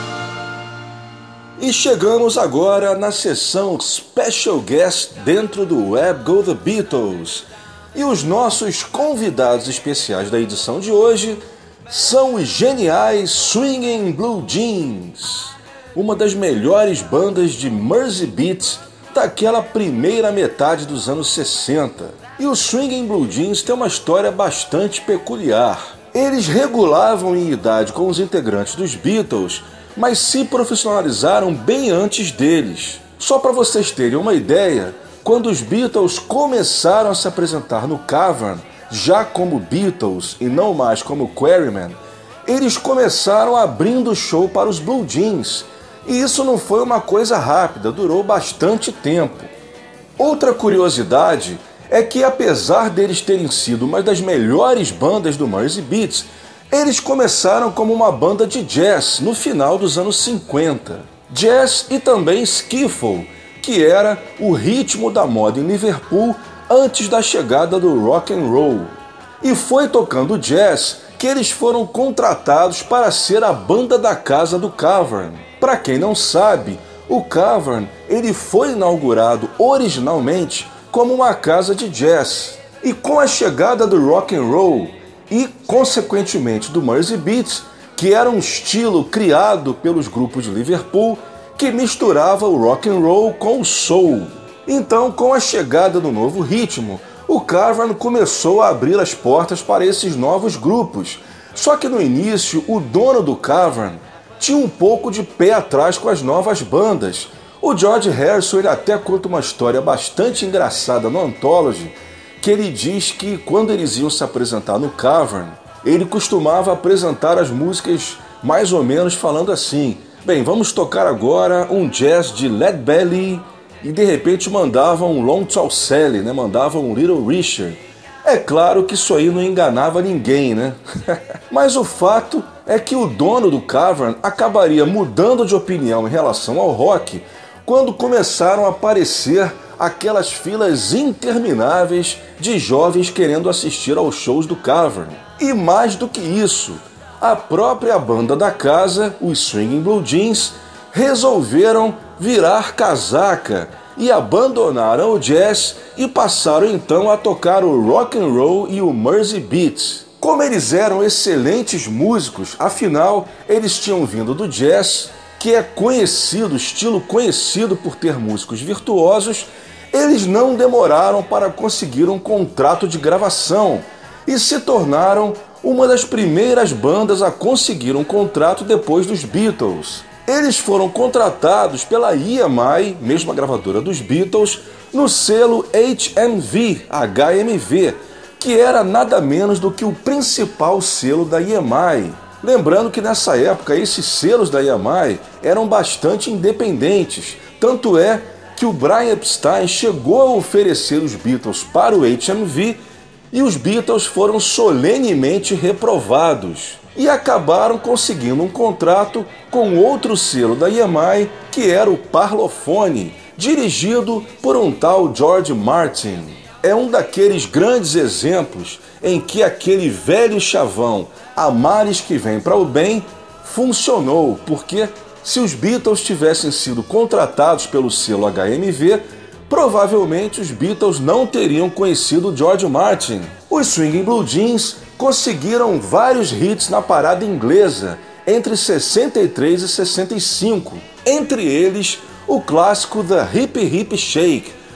E chegamos agora na sessão Special Guest dentro do Web Go The Beatles. E os nossos convidados especiais da edição de hoje são os geniais Swingin' Blue Jeans, uma das melhores bandas de Mersey Beats daquela primeira metade dos anos 60. E os Swingin' Blue Jeans têm uma história bastante peculiar. Eles regulavam em idade com os integrantes dos Beatles, mas se profissionalizaram bem antes deles. Só para vocês terem uma ideia, quando os Beatles começaram a se apresentar no Cavern, já como Beatles e não mais como Quarrymen, eles começaram abrindo o show para os Blue Jeans, e isso não foi uma coisa rápida, durou bastante tempo. Outra curiosidade é que, apesar deles terem sido uma das melhores bandas do Mersey Beats, eles começaram como uma banda de jazz no final dos anos 50. Jazz e também skiffle, que era o ritmo da moda em Liverpool antes da chegada do rock and roll. E foi tocando jazz que eles foram contratados para ser a banda da casa do Cavern. Para quem não sabe, o Cavern ele foi inaugurado originalmente como uma casa de jazz. E com a chegada do rock and roll e, consequentemente, do Mersey Beats, que era um estilo criado pelos grupos de Liverpool que misturava o rock and roll com o soul. Então, com a chegada do novo ritmo, o Cavern começou a abrir as portas para esses novos grupos. Só que no início, o dono do Cavern tinha um pouco de pé atrás com as novas bandas. O George Harrison ele até conta uma história bastante engraçada no Anthology, que ele diz que quando eles iam se apresentar no Cavern, ele costumava apresentar as músicas mais ou menos falando assim: bem, vamos tocar agora um jazz de Lead Belly, e de repente mandava um Long Tall Sally, né? Mandava um Little Richard. É claro que isso aí não enganava ninguém, né? Mas o fato é que o dono do Cavern acabaria mudando de opinião em relação ao rock quando começaram a aparecer aquelas filas intermináveis de jovens querendo assistir aos shows do Cavern. E mais do que isso, a própria banda da casa, os Swingin' Blue Jeans, resolveram virar casaca e abandonaram o jazz e passaram então a tocar o rock and roll e o Mersey Beats. Como eles eram excelentes músicos, afinal eles tinham vindo do jazz, que é conhecido, estilo conhecido por ter músicos virtuosos, eles não demoraram para conseguir um contrato de gravação e se tornaram uma das primeiras bandas a conseguir um contrato depois dos Beatles. Eles foram contratados pela EMI, mesma gravadora dos Beatles, no selo HMV, que era nada menos do que o principal selo da EMI. Lembrando que nessa época esses selos da EMI eram bastante independentes, tanto é que o Brian Epstein chegou a oferecer os Beatles para o HMV e os Beatles foram solenemente reprovados e acabaram conseguindo um contrato com outro selo da EMI, que era o Parlophone, dirigido por um tal George Martin. É um daqueles grandes exemplos em que aquele velho chavão "a males que vem para o bem" funcionou, porque se os Beatles tivessem sido contratados pelo selo HMV, provavelmente os Beatles não teriam conhecido George Martin. Os Swingin' Blue Jeans conseguiram vários hits na parada inglesa entre 63 e 65, entre eles o clássico The Hip Hip Shake,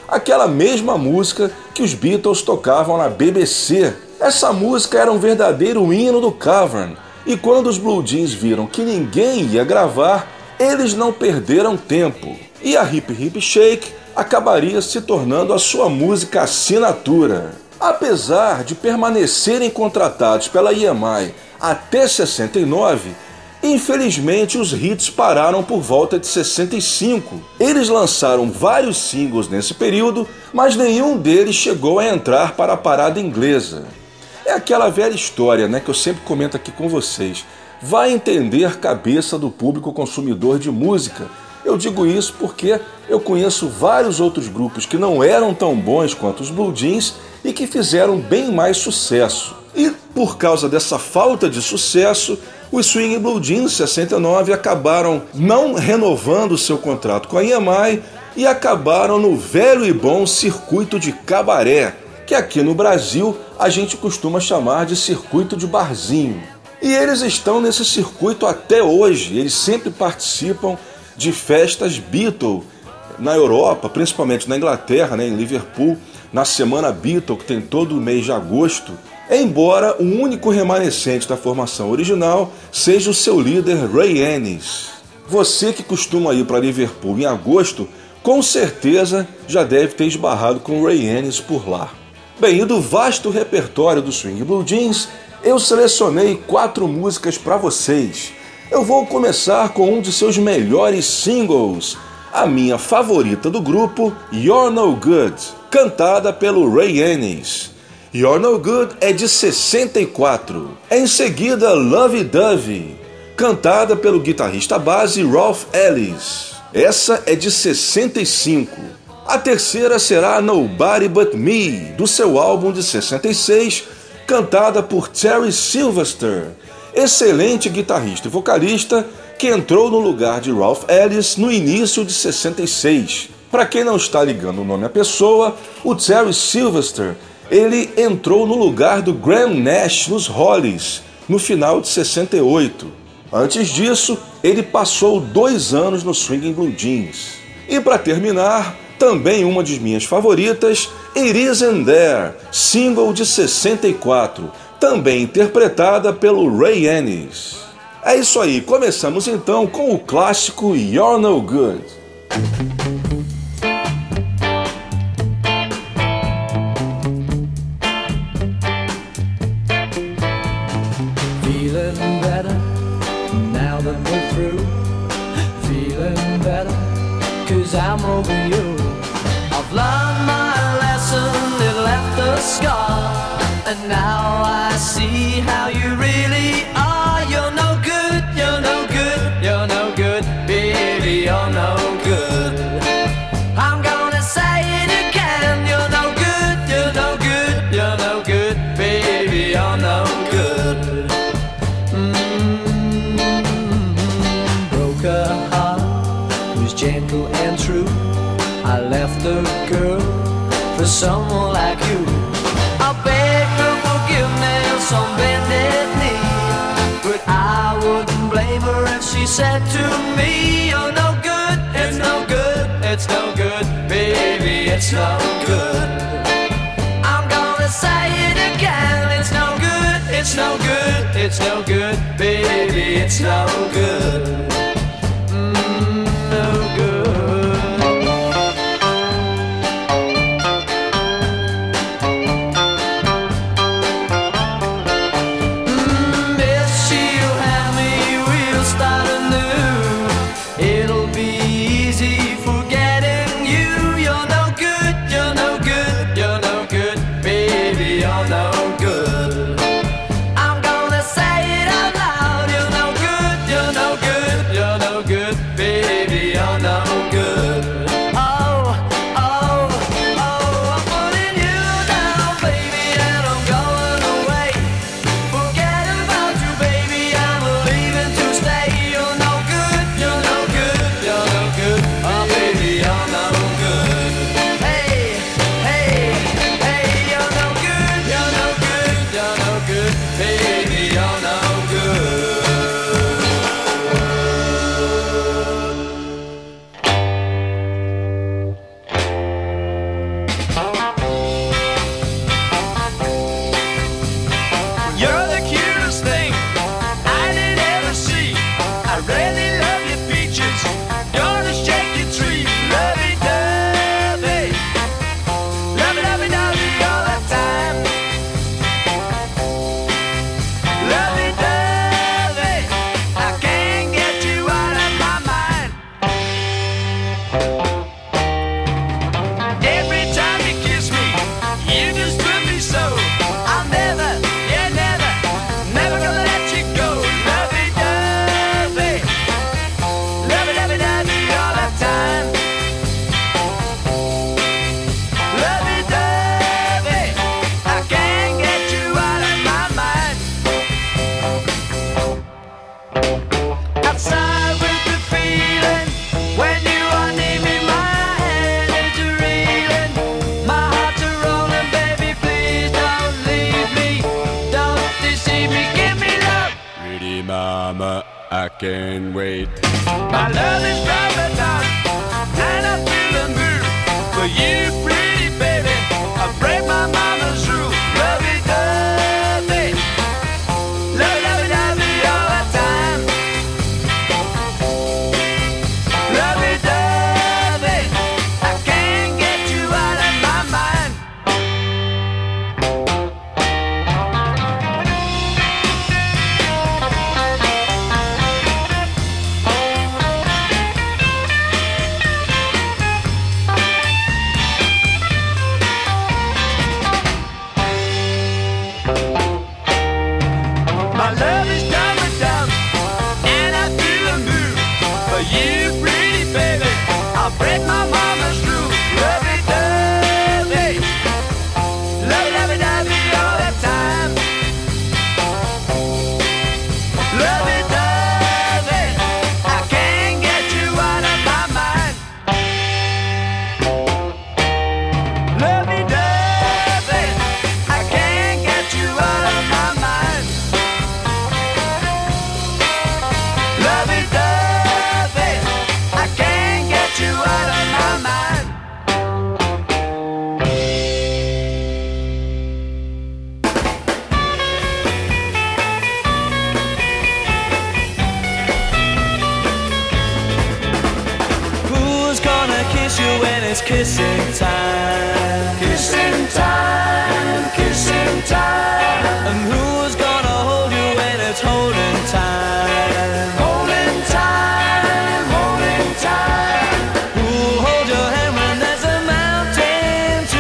aquela mesma música que os Beatles tocavam na BBC. Essa música era um verdadeiro hino do Cavern, e quando os Blue Jeans viram que ninguém ia gravar, eles não perderam tempo. E a Hip Hip Shake acabaria se tornando a sua música assinatura. Apesar de permanecerem contratados pela EMI até 69, infelizmente os hits pararam por volta de 65. Eles lançaram vários singles nesse período, mas nenhum deles chegou a entrar para a parada inglesa. É aquela velha história, né, que eu sempre comento aqui com vocês. Vai entender a cabeça do público consumidor de música. Eu digo isso porque eu conheço vários outros grupos que não eram tão bons quanto os Blue Jeans e que fizeram bem mais sucesso. E por causa dessa falta de sucesso, os Swing Blue Jeans 69 acabaram não renovando seu contrato com a EMI e acabaram no velho e bom circuito de cabaré, que aqui no Brasil a gente costuma chamar de circuito de barzinho. E eles estão nesse circuito até hoje, eles sempre participam de festas Beatle na Europa, principalmente na Inglaterra, né, em Liverpool, na Semana Beatle, que tem todo o mês de agosto, embora o único remanescente da formação original seja o seu líder Ray Ennis. Você que costuma ir para Liverpool em agosto, com certeza já deve ter esbarrado com o Ray Ennis por lá. Bem, e do vasto repertório do Swing Blue Jeans, eu selecionei 4 músicas para vocês. Eu vou começar com um de seus melhores singles, a minha favorita do grupo, You're No Good, cantada pelo Ray Ennis. You're No Good é de 64. Em seguida, Lovey Dovey, cantada pelo guitarrista base Ralph Ellis. Essa é de 65. A terceira será Nobody But Me, do seu álbum de 66, cantada por Terry Sylvester, excelente guitarrista e vocalista que entrou no lugar de Ralph Ellis no início de 66. Para quem não está ligando o nome à pessoa, o Terry Sylvester, ele entrou no lugar do Graham Nash nos Hollies, no final de 68. Antes disso, ele passou 2 anos no Swing Blue Jeans. E para terminar, também uma de minhas favoritas, It Isn't There, single de 64, também interpretada pelo Ray Ennis. É isso aí, começamos então com o clássico You're No Good. Feeling better now that we're through. Feeling better 'cause I'm over you. I've learned my lesson, it left a scar, and now I see how you really are. You're no good, you're no good, you're no good, baby, you're no good. I'm gonna say it again, you're no good, you're no good, you're no good, baby, you're no good. Broke her heart, was gentle and true. I left the girl for someone like you. I beg her forgiveness on bended knee, but I wouldn't blame her if she said to me, you're no good, it's no good, it's no good, baby, it's no good. I'm gonna say it again, it's no good, it's no good, it's no good, baby, it's no good. No good. Pretty mama, I can't wait. My love is driving down, and I feel the mood for you, pretty baby. I break my mama's rule. Lovey-dovey, lovey-dovey all the time. Lovey-dovey, I can't get you out of my mind. My love is dumb and dumb, and I feel a move for you, pretty baby. I'll break my mama's rule. Lovey-dovey, lovey-dovey all the time. Lovey-dovey, I can't get you out of my mind. Lovey-dovey, I can't get you out of my mind. Lovey-dovey, I can't get you out of my mind. Who's gonna kiss you when it's kissing time? Kissing time, kissing time. And who's gonna hold you when it's holding time? Holding time, holding time. Who'll hold your hand when there's a mountain to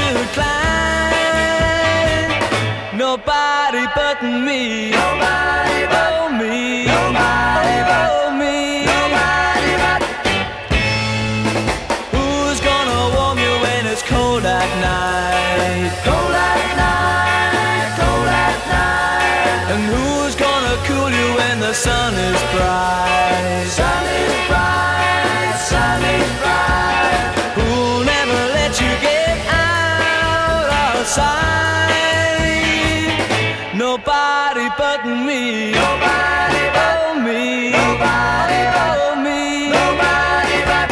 climb? Nobody but me. Nobody but me. Nobody but me. Nobody but. Who's gonna warm you when it's cold at night? Cold at night, cold at night. And who's gonna cool you when the sun is bright? Sun is bright, sun is bright. Who'll never let you get out of sight? Nobody but me. Nobody but me. Nobody but me. Nobody but.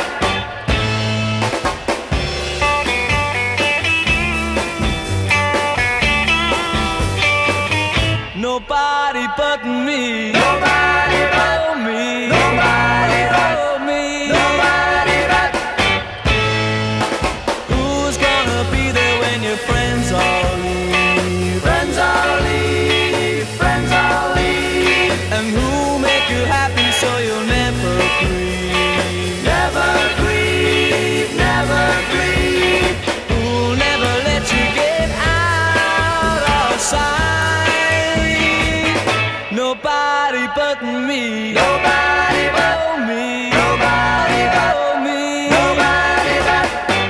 Nobody but me. Nobody but me. Nobody but me. Nobody but. Who's gonna be there when your friends all leave? Friends all leave. Friends all leave. And who'll make you happy so you'll never grieve? Never grieve. Never grieve. Who'll never let you get out of sight? Nobody but me. Nobody but me. Nobody but me. Nobody but.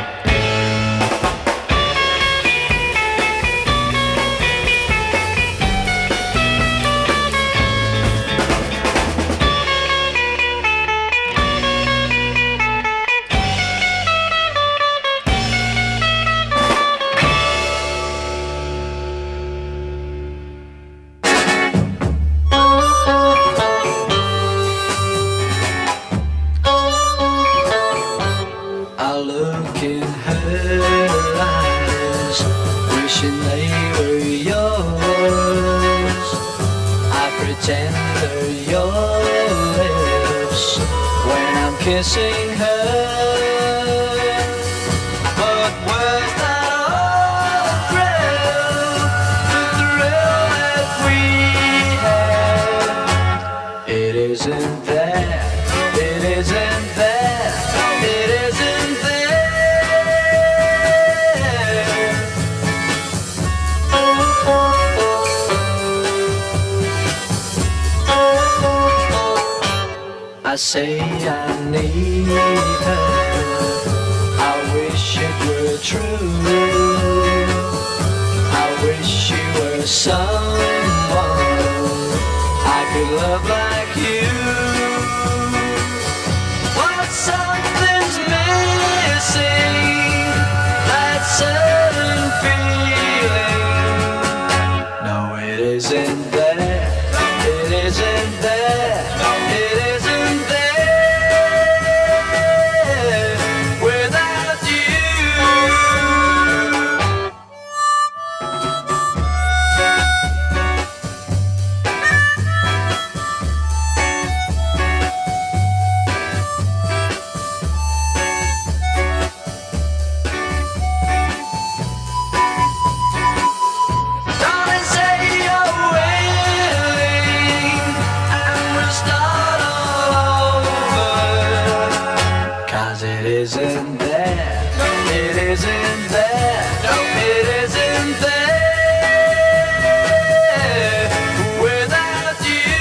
I look in her eyes, wishing they were yours. I pretend they're your lips when I'm kissing her. But was that all the thrill that we had? It isn't there, it isn't there, it isn't there. I say I need her, I wish it were true. I wish you were someone I could love like you. But something's missing, that certain feeling. No, it isn't there, it isn't there. It isn't there without you. Darling, say you're willing and we'll start all over. 'Cause it isn't there. It isn't there. It isn't there without you.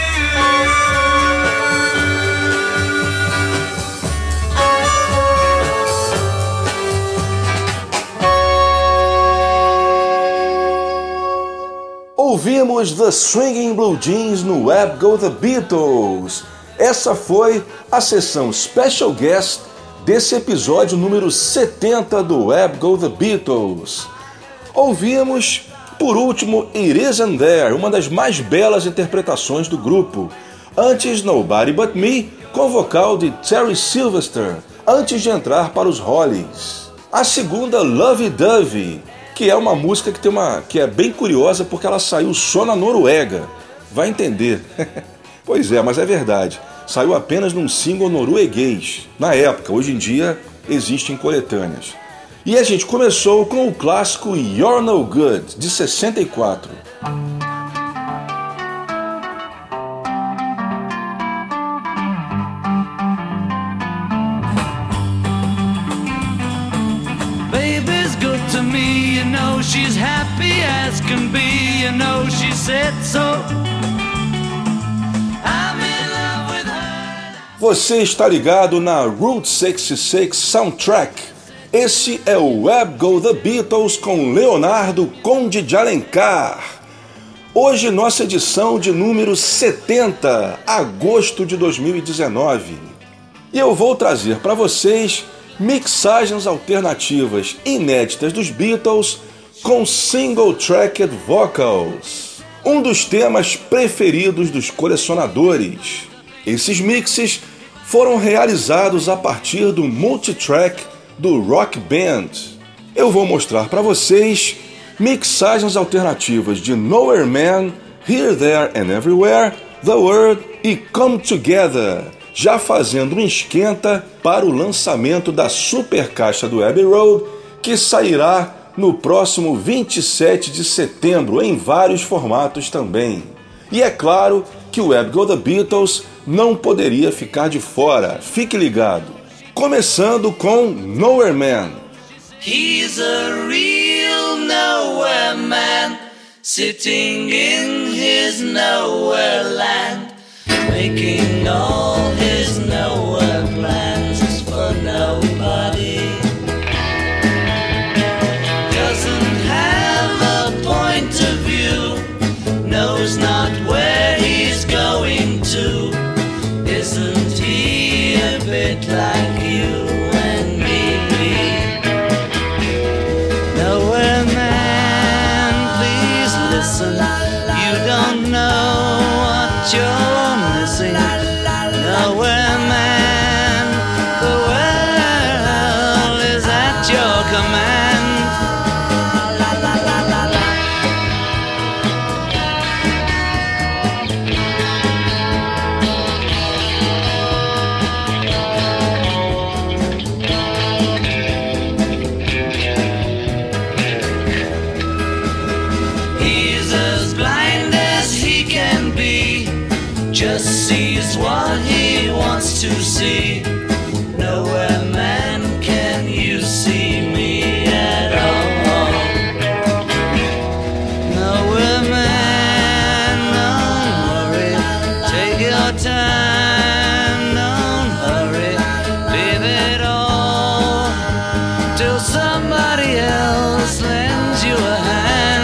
Ouvimos The Swinging Blue Jeans no Web Go The Beatles. Essa foi a sessão Special Guest desse episódio número 70 do Web Go The Beatles. Ouvimos, por último, It Isn't There, uma das mais belas interpretações do grupo. Antes, Nobody But Me, com vocal de Terry Sylvester, antes de entrar para os Hollies. A segunda, Lovey Dovey, que é uma música que é bem curiosa porque ela saiu só na Noruega. Vai entender. Pois é, mas é verdade. Saiu apenas num single norueguês. Na época, hoje em dia, existem coletâneas. E a gente começou com o clássico You're No Good, de 64. Baby's good to me, you know she's happy as can be, you know she said so. I'm in love with her. Você está ligado na Route 66 Soundtrack. Esse é o Web Go The Beatles com Leonardo Conde de Alencar. Hoje nossa edição de número 70, agosto de 2019. E eu vou trazer para vocês mixagens alternativas inéditas dos Beatles com single-tracked vocals, um dos temas preferidos dos colecionadores. Esses mixes foram realizados a partir do multitrack do Rock Band. Eu vou mostrar para vocês mixagens alternativas de Nowhere Man, Here, There and Everywhere, The Word e Come Together, já fazendo um esquenta para o lançamento da super caixa do Abbey Road, que sairá no próximo 27 de setembro em vários formatos também. E é claro que o Web Go The Beatles não poderia ficar de fora, fique ligado. Começando com Nowhere Man. He's a real nowhere man, sitting in his nowhere land, making all his nowhere plans for nobody. Doesn't have a point of view, knows not where he's going to. Isn't he a bit like you and me? Nowhere man, please listen. You don't know what you're missing. Nowhere man, the world is at your command. He's as blind as he can be, just sees what he wants to see. Nowhere man, can you see me at all? Nowhere man, don't worry, take your time, don't hurry, leave it all till somebody else lends you a hand.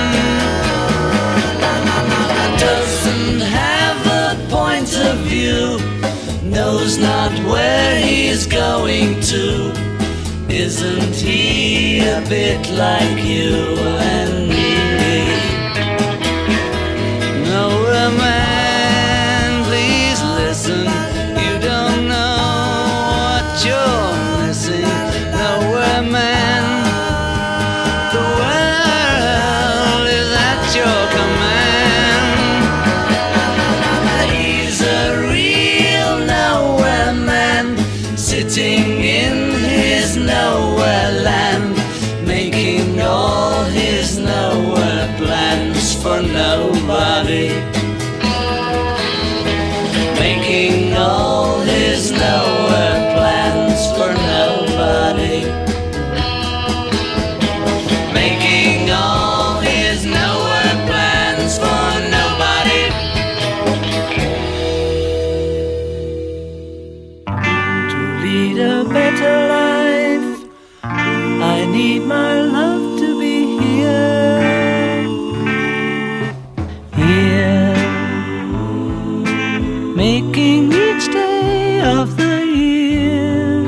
Doesn't have a point of view, knows not where he's going to. Isn't he a bit like you and me? Nowhere man, please floating in his nowhere land, making all his nowhere plans for nobody, making all his nowhere plans for nobody, making all his nowhere plans for nobody. To lead a better life, I need my love to be here, here, making each day of the year,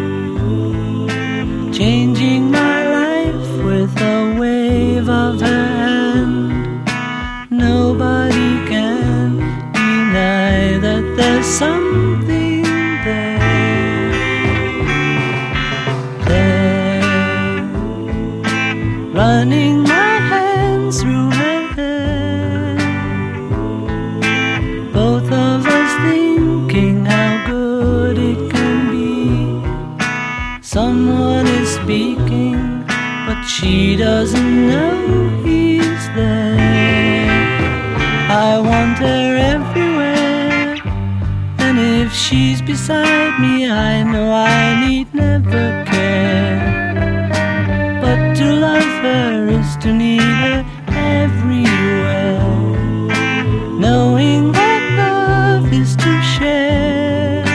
changing my life with a wave of her hand. Nobody can deny that there's something there, running my hands through her hair, both of us thinking how good it can be. Someone is speaking, but she doesn't know he's there. I want her everywhere, and if she's beside me, I know I need never care. But to love her is to need her everywhere, knowing that love is to share,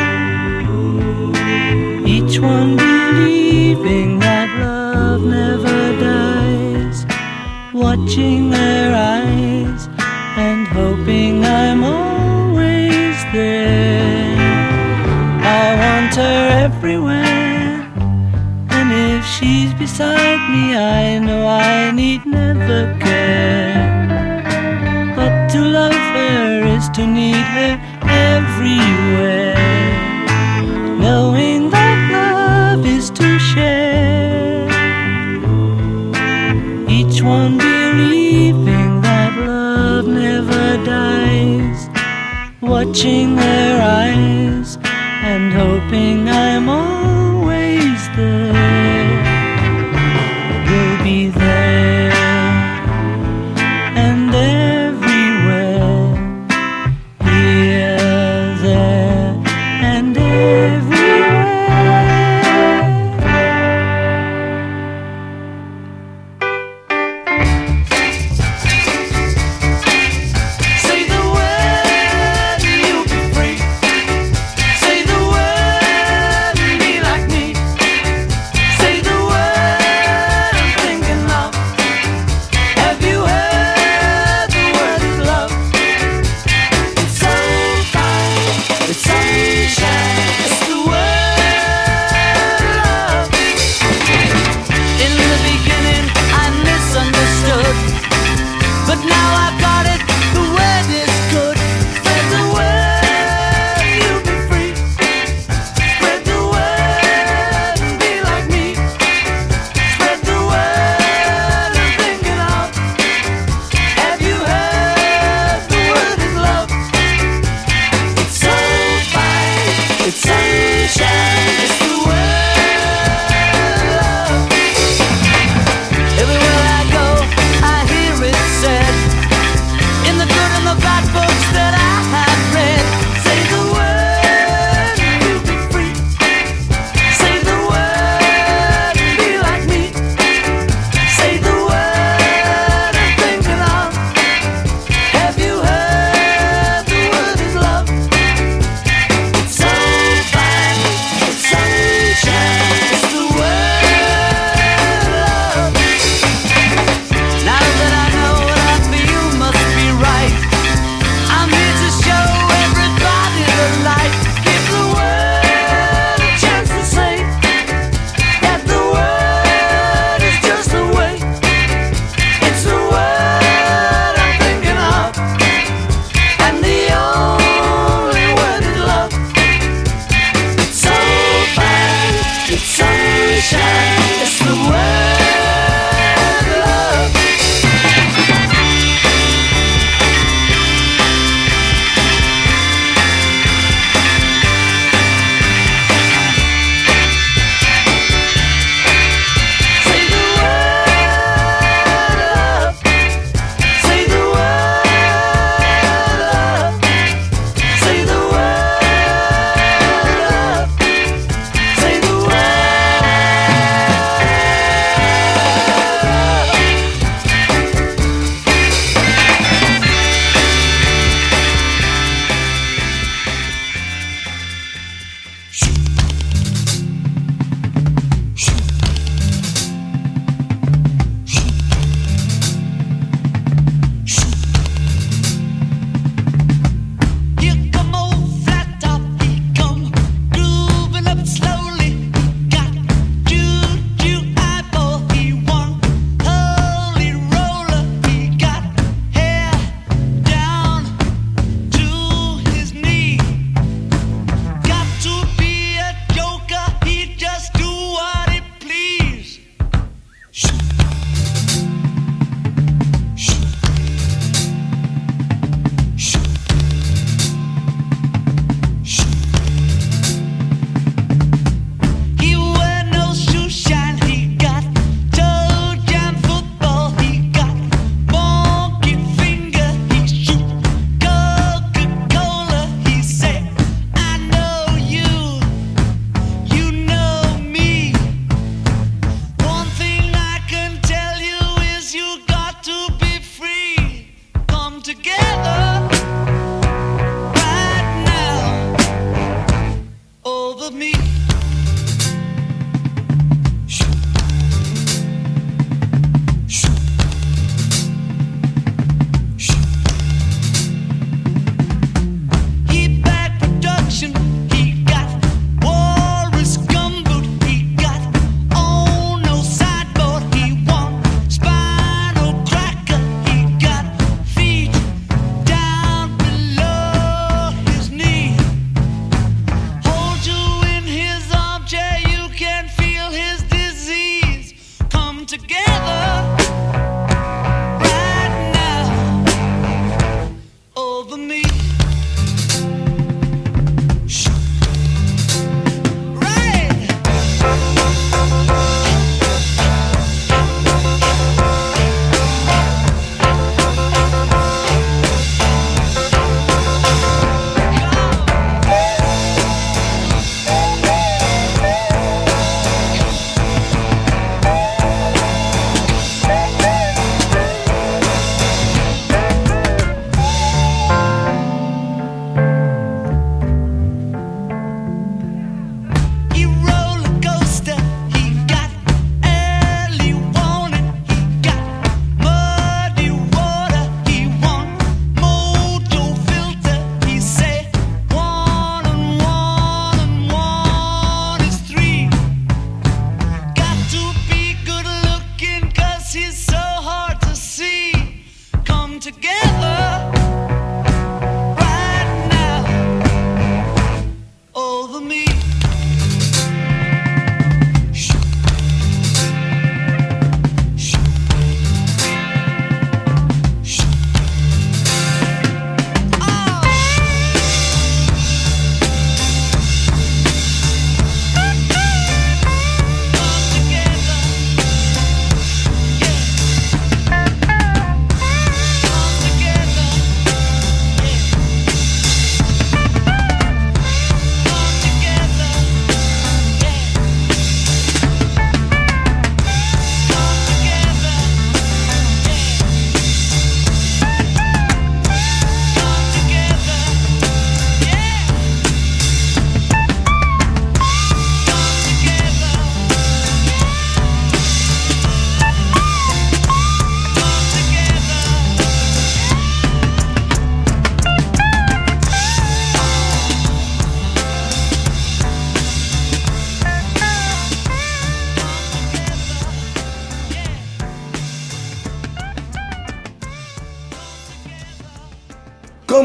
each one believing that love never dies, watching her eyes and hoping I'm always there. I want her everywhere, and if she's beside me, I know I need never care. But to love her is to need her everywhere, knowing that love is to share, each one believing that love never dies, watching her eyes and hoping I'm always there. We'll be there and everywhere, here, there, and everywhere. Say the word and you'll be free. Say the word and be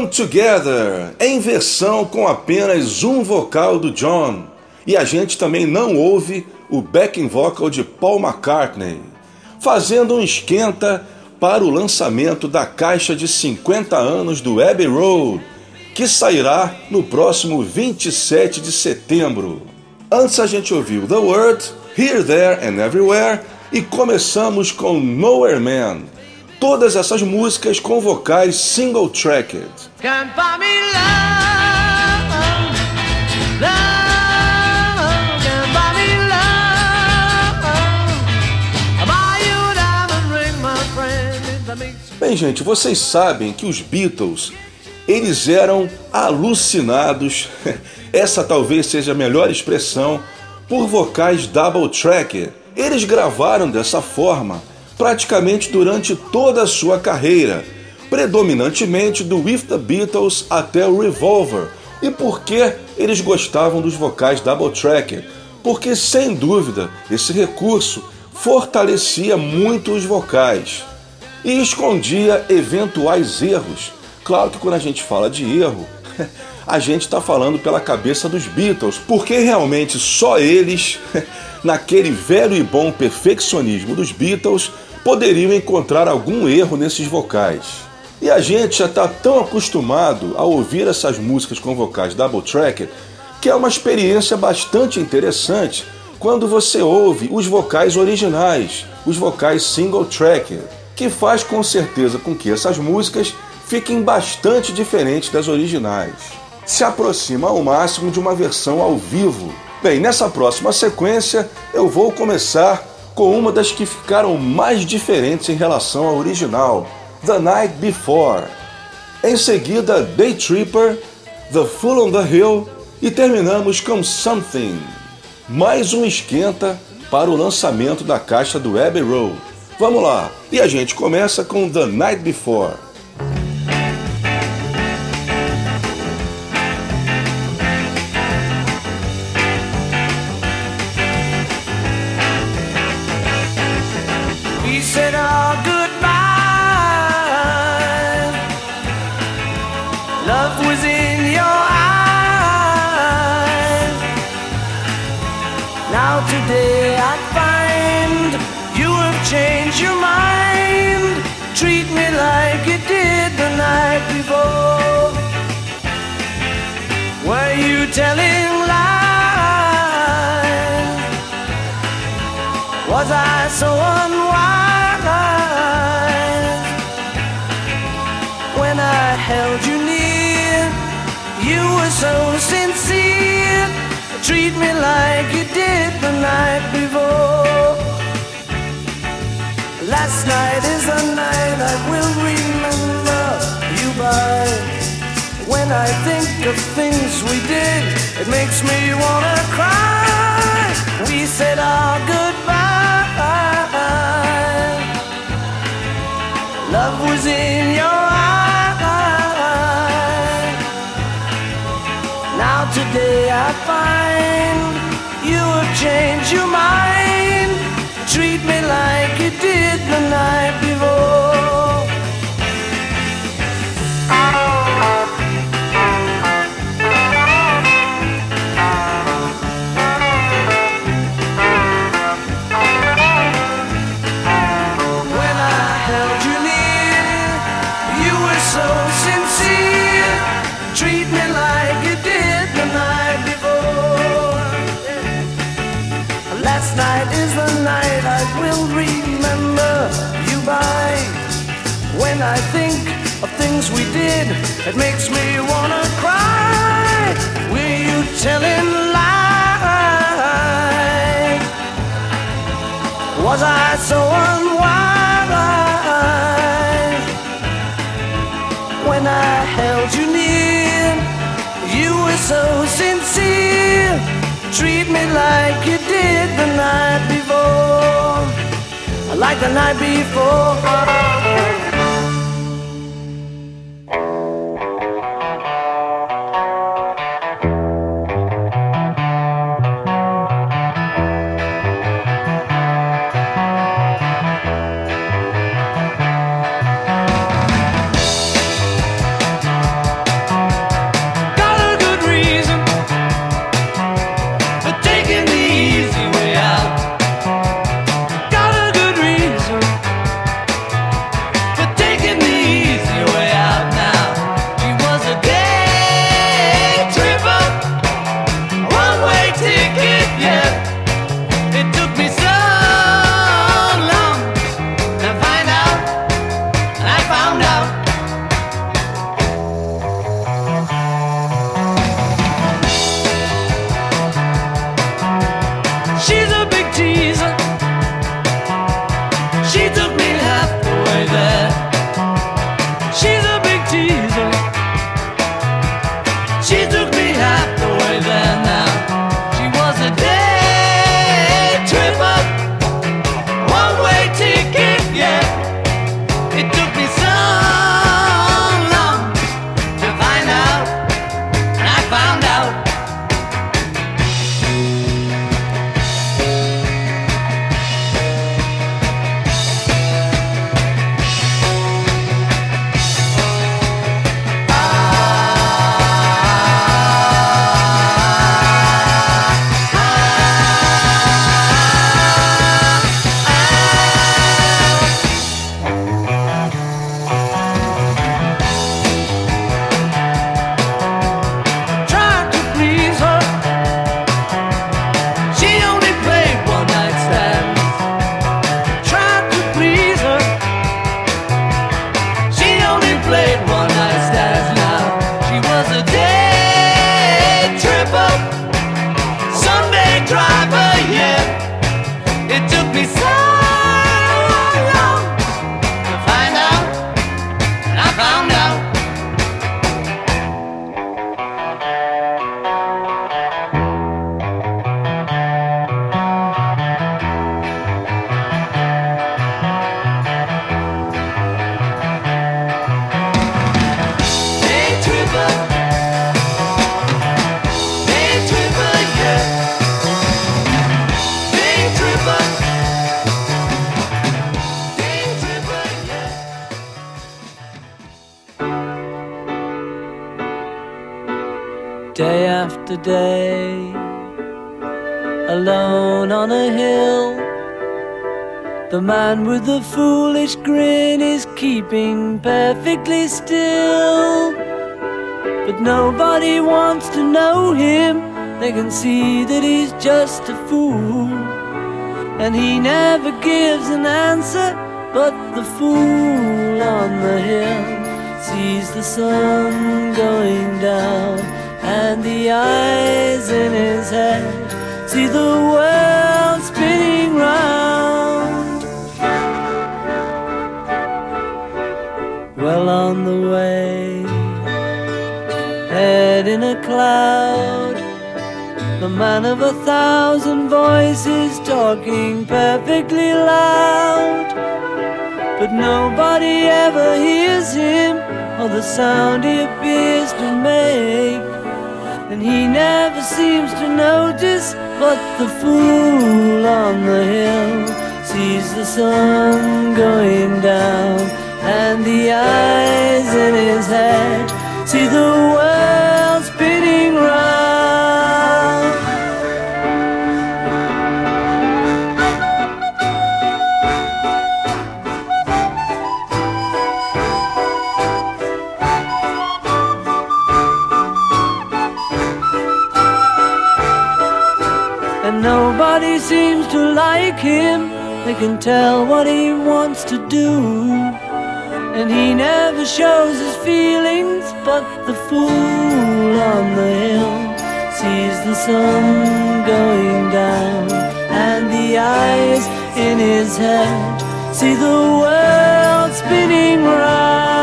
Come Together, em versão com apenas um vocal do John. E a gente também não ouve o backing vocal de Paul McCartney, fazendo um esquenta para o lançamento da caixa de 50 anos do Abbey Road, que sairá no próximo 27 de setembro. Antes a gente ouviu The Word, Here, There and Everywhere e começamos com Nowhere Man. Todas essas músicas com vocais single-tracked. Can't buy me love, love, can't buy me love. I'll buy you a diamond ring, my friend, if that makes you... Bem, gente, vocês sabem que os Beatles, eles eram alucinados, essa talvez seja a melhor expressão, por vocais double-tracked. Eles gravaram dessa forma praticamente durante toda a sua carreira, predominantemente do With the Beatles até o Revolver. E por que eles gostavam dos vocais double-tracked? Porque, sem dúvida, esse recurso fortalecia muito os vocais e escondia eventuais erros. Claro que quando a gente fala de erro, a gente está falando pela cabeça dos Beatles, porque realmente só eles, naquele velho e bom perfeccionismo dos Beatles, poderiam encontrar algum erro nesses vocais. E a gente já está tão acostumado a ouvir essas músicas com vocais double-tracked que é uma experiência bastante interessante quando você ouve os vocais originais, os vocais single-tracked, que faz com certeza com que essas músicas fiquem bastante diferentes das originais. Se aproxima ao máximo de uma versão ao vivo. Bem, nessa próxima sequência eu vou começar com uma das que ficaram mais diferentes em relação à original, The Night Before. Em seguida, Day Tripper, The Fool on the Hill e terminamos com Something. Mais um esquenta para o lançamento da caixa do Abbey Road. Vamos lá, e a gente começa com The Night Before. Today I find you have changed your mind. Treat me like you did the night before. Were you telling lies? Was I so unwise? When I held you near, you were so sincere. Treat me like you did the night before. Last night is the night I will remember you by. When I think of things we did, it makes me wanna cry. We said our goodbye. Love was in your eyes. Now today I find you have changed your mind. Treat me like you did the night before. When I held you near, you were so sincere. Treat me like you did the night before. Last night is the night I will remember you by. When I think of things we did, it makes me wanna cry. Were you telling lies? Was I so unwise? When I held you near, you were so sincere. Treat me like you did the night before. Like the night before. day after day, alone on a hill. The man with the foolish grin is keeping perfectly still. But nobody wants to know him. They can see that he's just a fool, and he never gives an answer. But the fool on the hill sees the sun going down, and the eyes in his head see the world spinning round. Well on the way, head in a cloud, the man of 1,000 voices talking perfectly loud. But nobody ever hears him, or the sound he appears to make, and he never seems to notice. But the fool on the hill sees the sun going down, and the eyes in his head see the world spinning round. And nobody seems to like him. They can tell what he wants to do, and he never shows his feelings. But the fool on the hill sees the sun going down, and the eyes in his head see the world spinning round.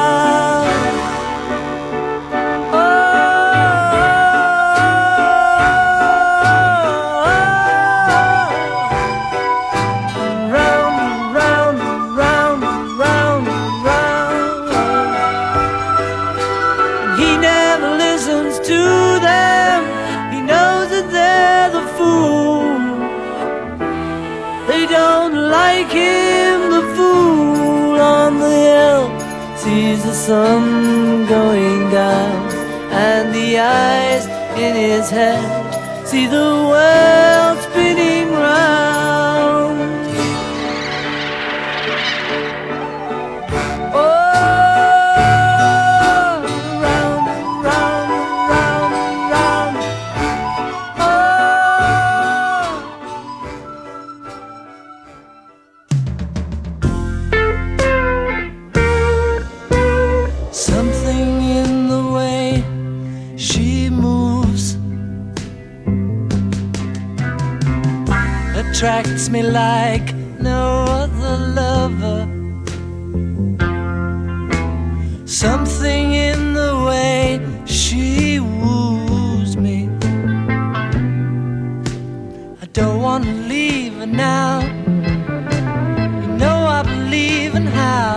Sees the sun going down, and the eyes in his head see the world spinning round. Oh, round and round and round and round. Something in the way she moves attracts me like no other lover. Something in the way she woos me. I don't want to leave her now. You know I believe in how.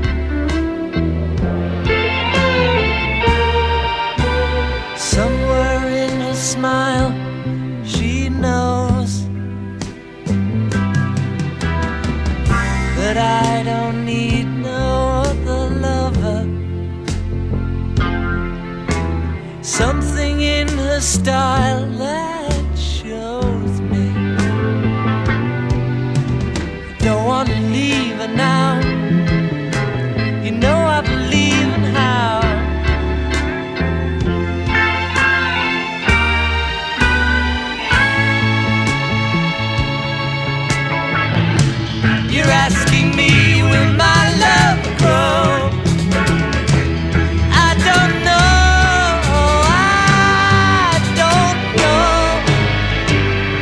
Somewhere in her smile, she knows that I don't need no other lover. Something in her style that shows me I don't want to leave her now. You know I believe in how. You're asking me, will my love grow? I don't know, I don't know.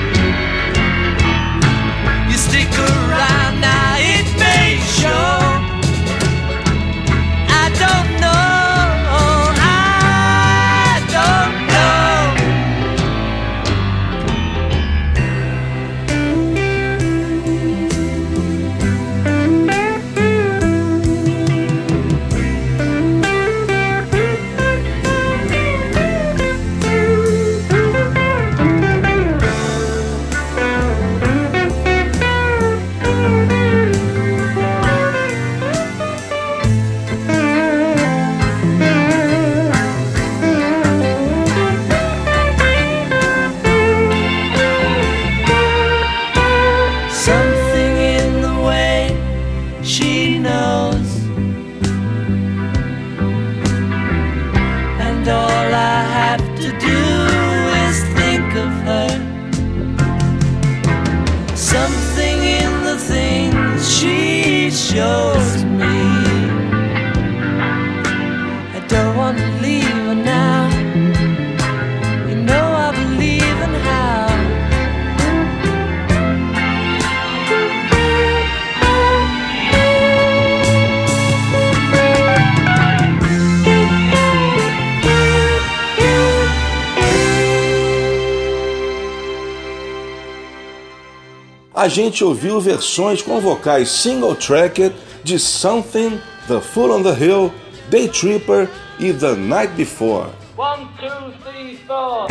have to do is think of her. Something in the things she shows me. I don't want to leave her now. You know I believe in how. A gente ouviu versões com vocais single-tracked de Something, The Fool on the Hill, Day Tripper e The Night Before. 1, 2, 3, 4.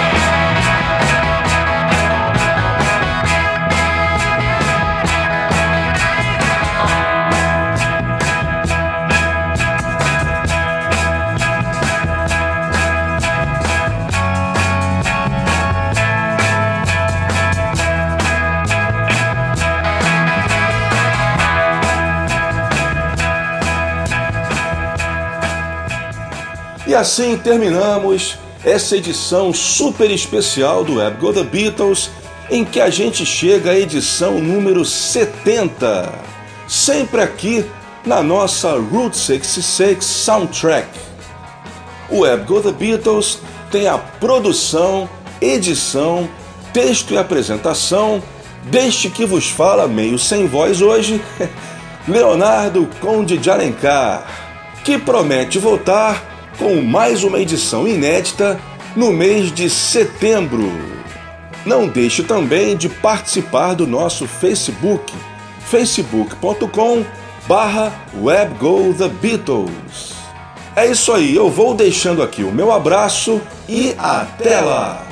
E assim terminamos essa edição super especial do Web Go The Beatles, em que a gente chega à edição número 70, sempre aqui na nossa Route 66 Soundtrack. O Web Go The Beatles tem a produção, edição, texto e apresentação deste que vos fala meio sem voz hoje, Leonardo Conde de Alencar, que promete voltar com mais uma edição inédita no mês de setembro. Não deixe também de participar do nosso Facebook, facebook.com/WebGoTheBeatles. É isso aí, eu vou deixando aqui o meu abraço e até lá!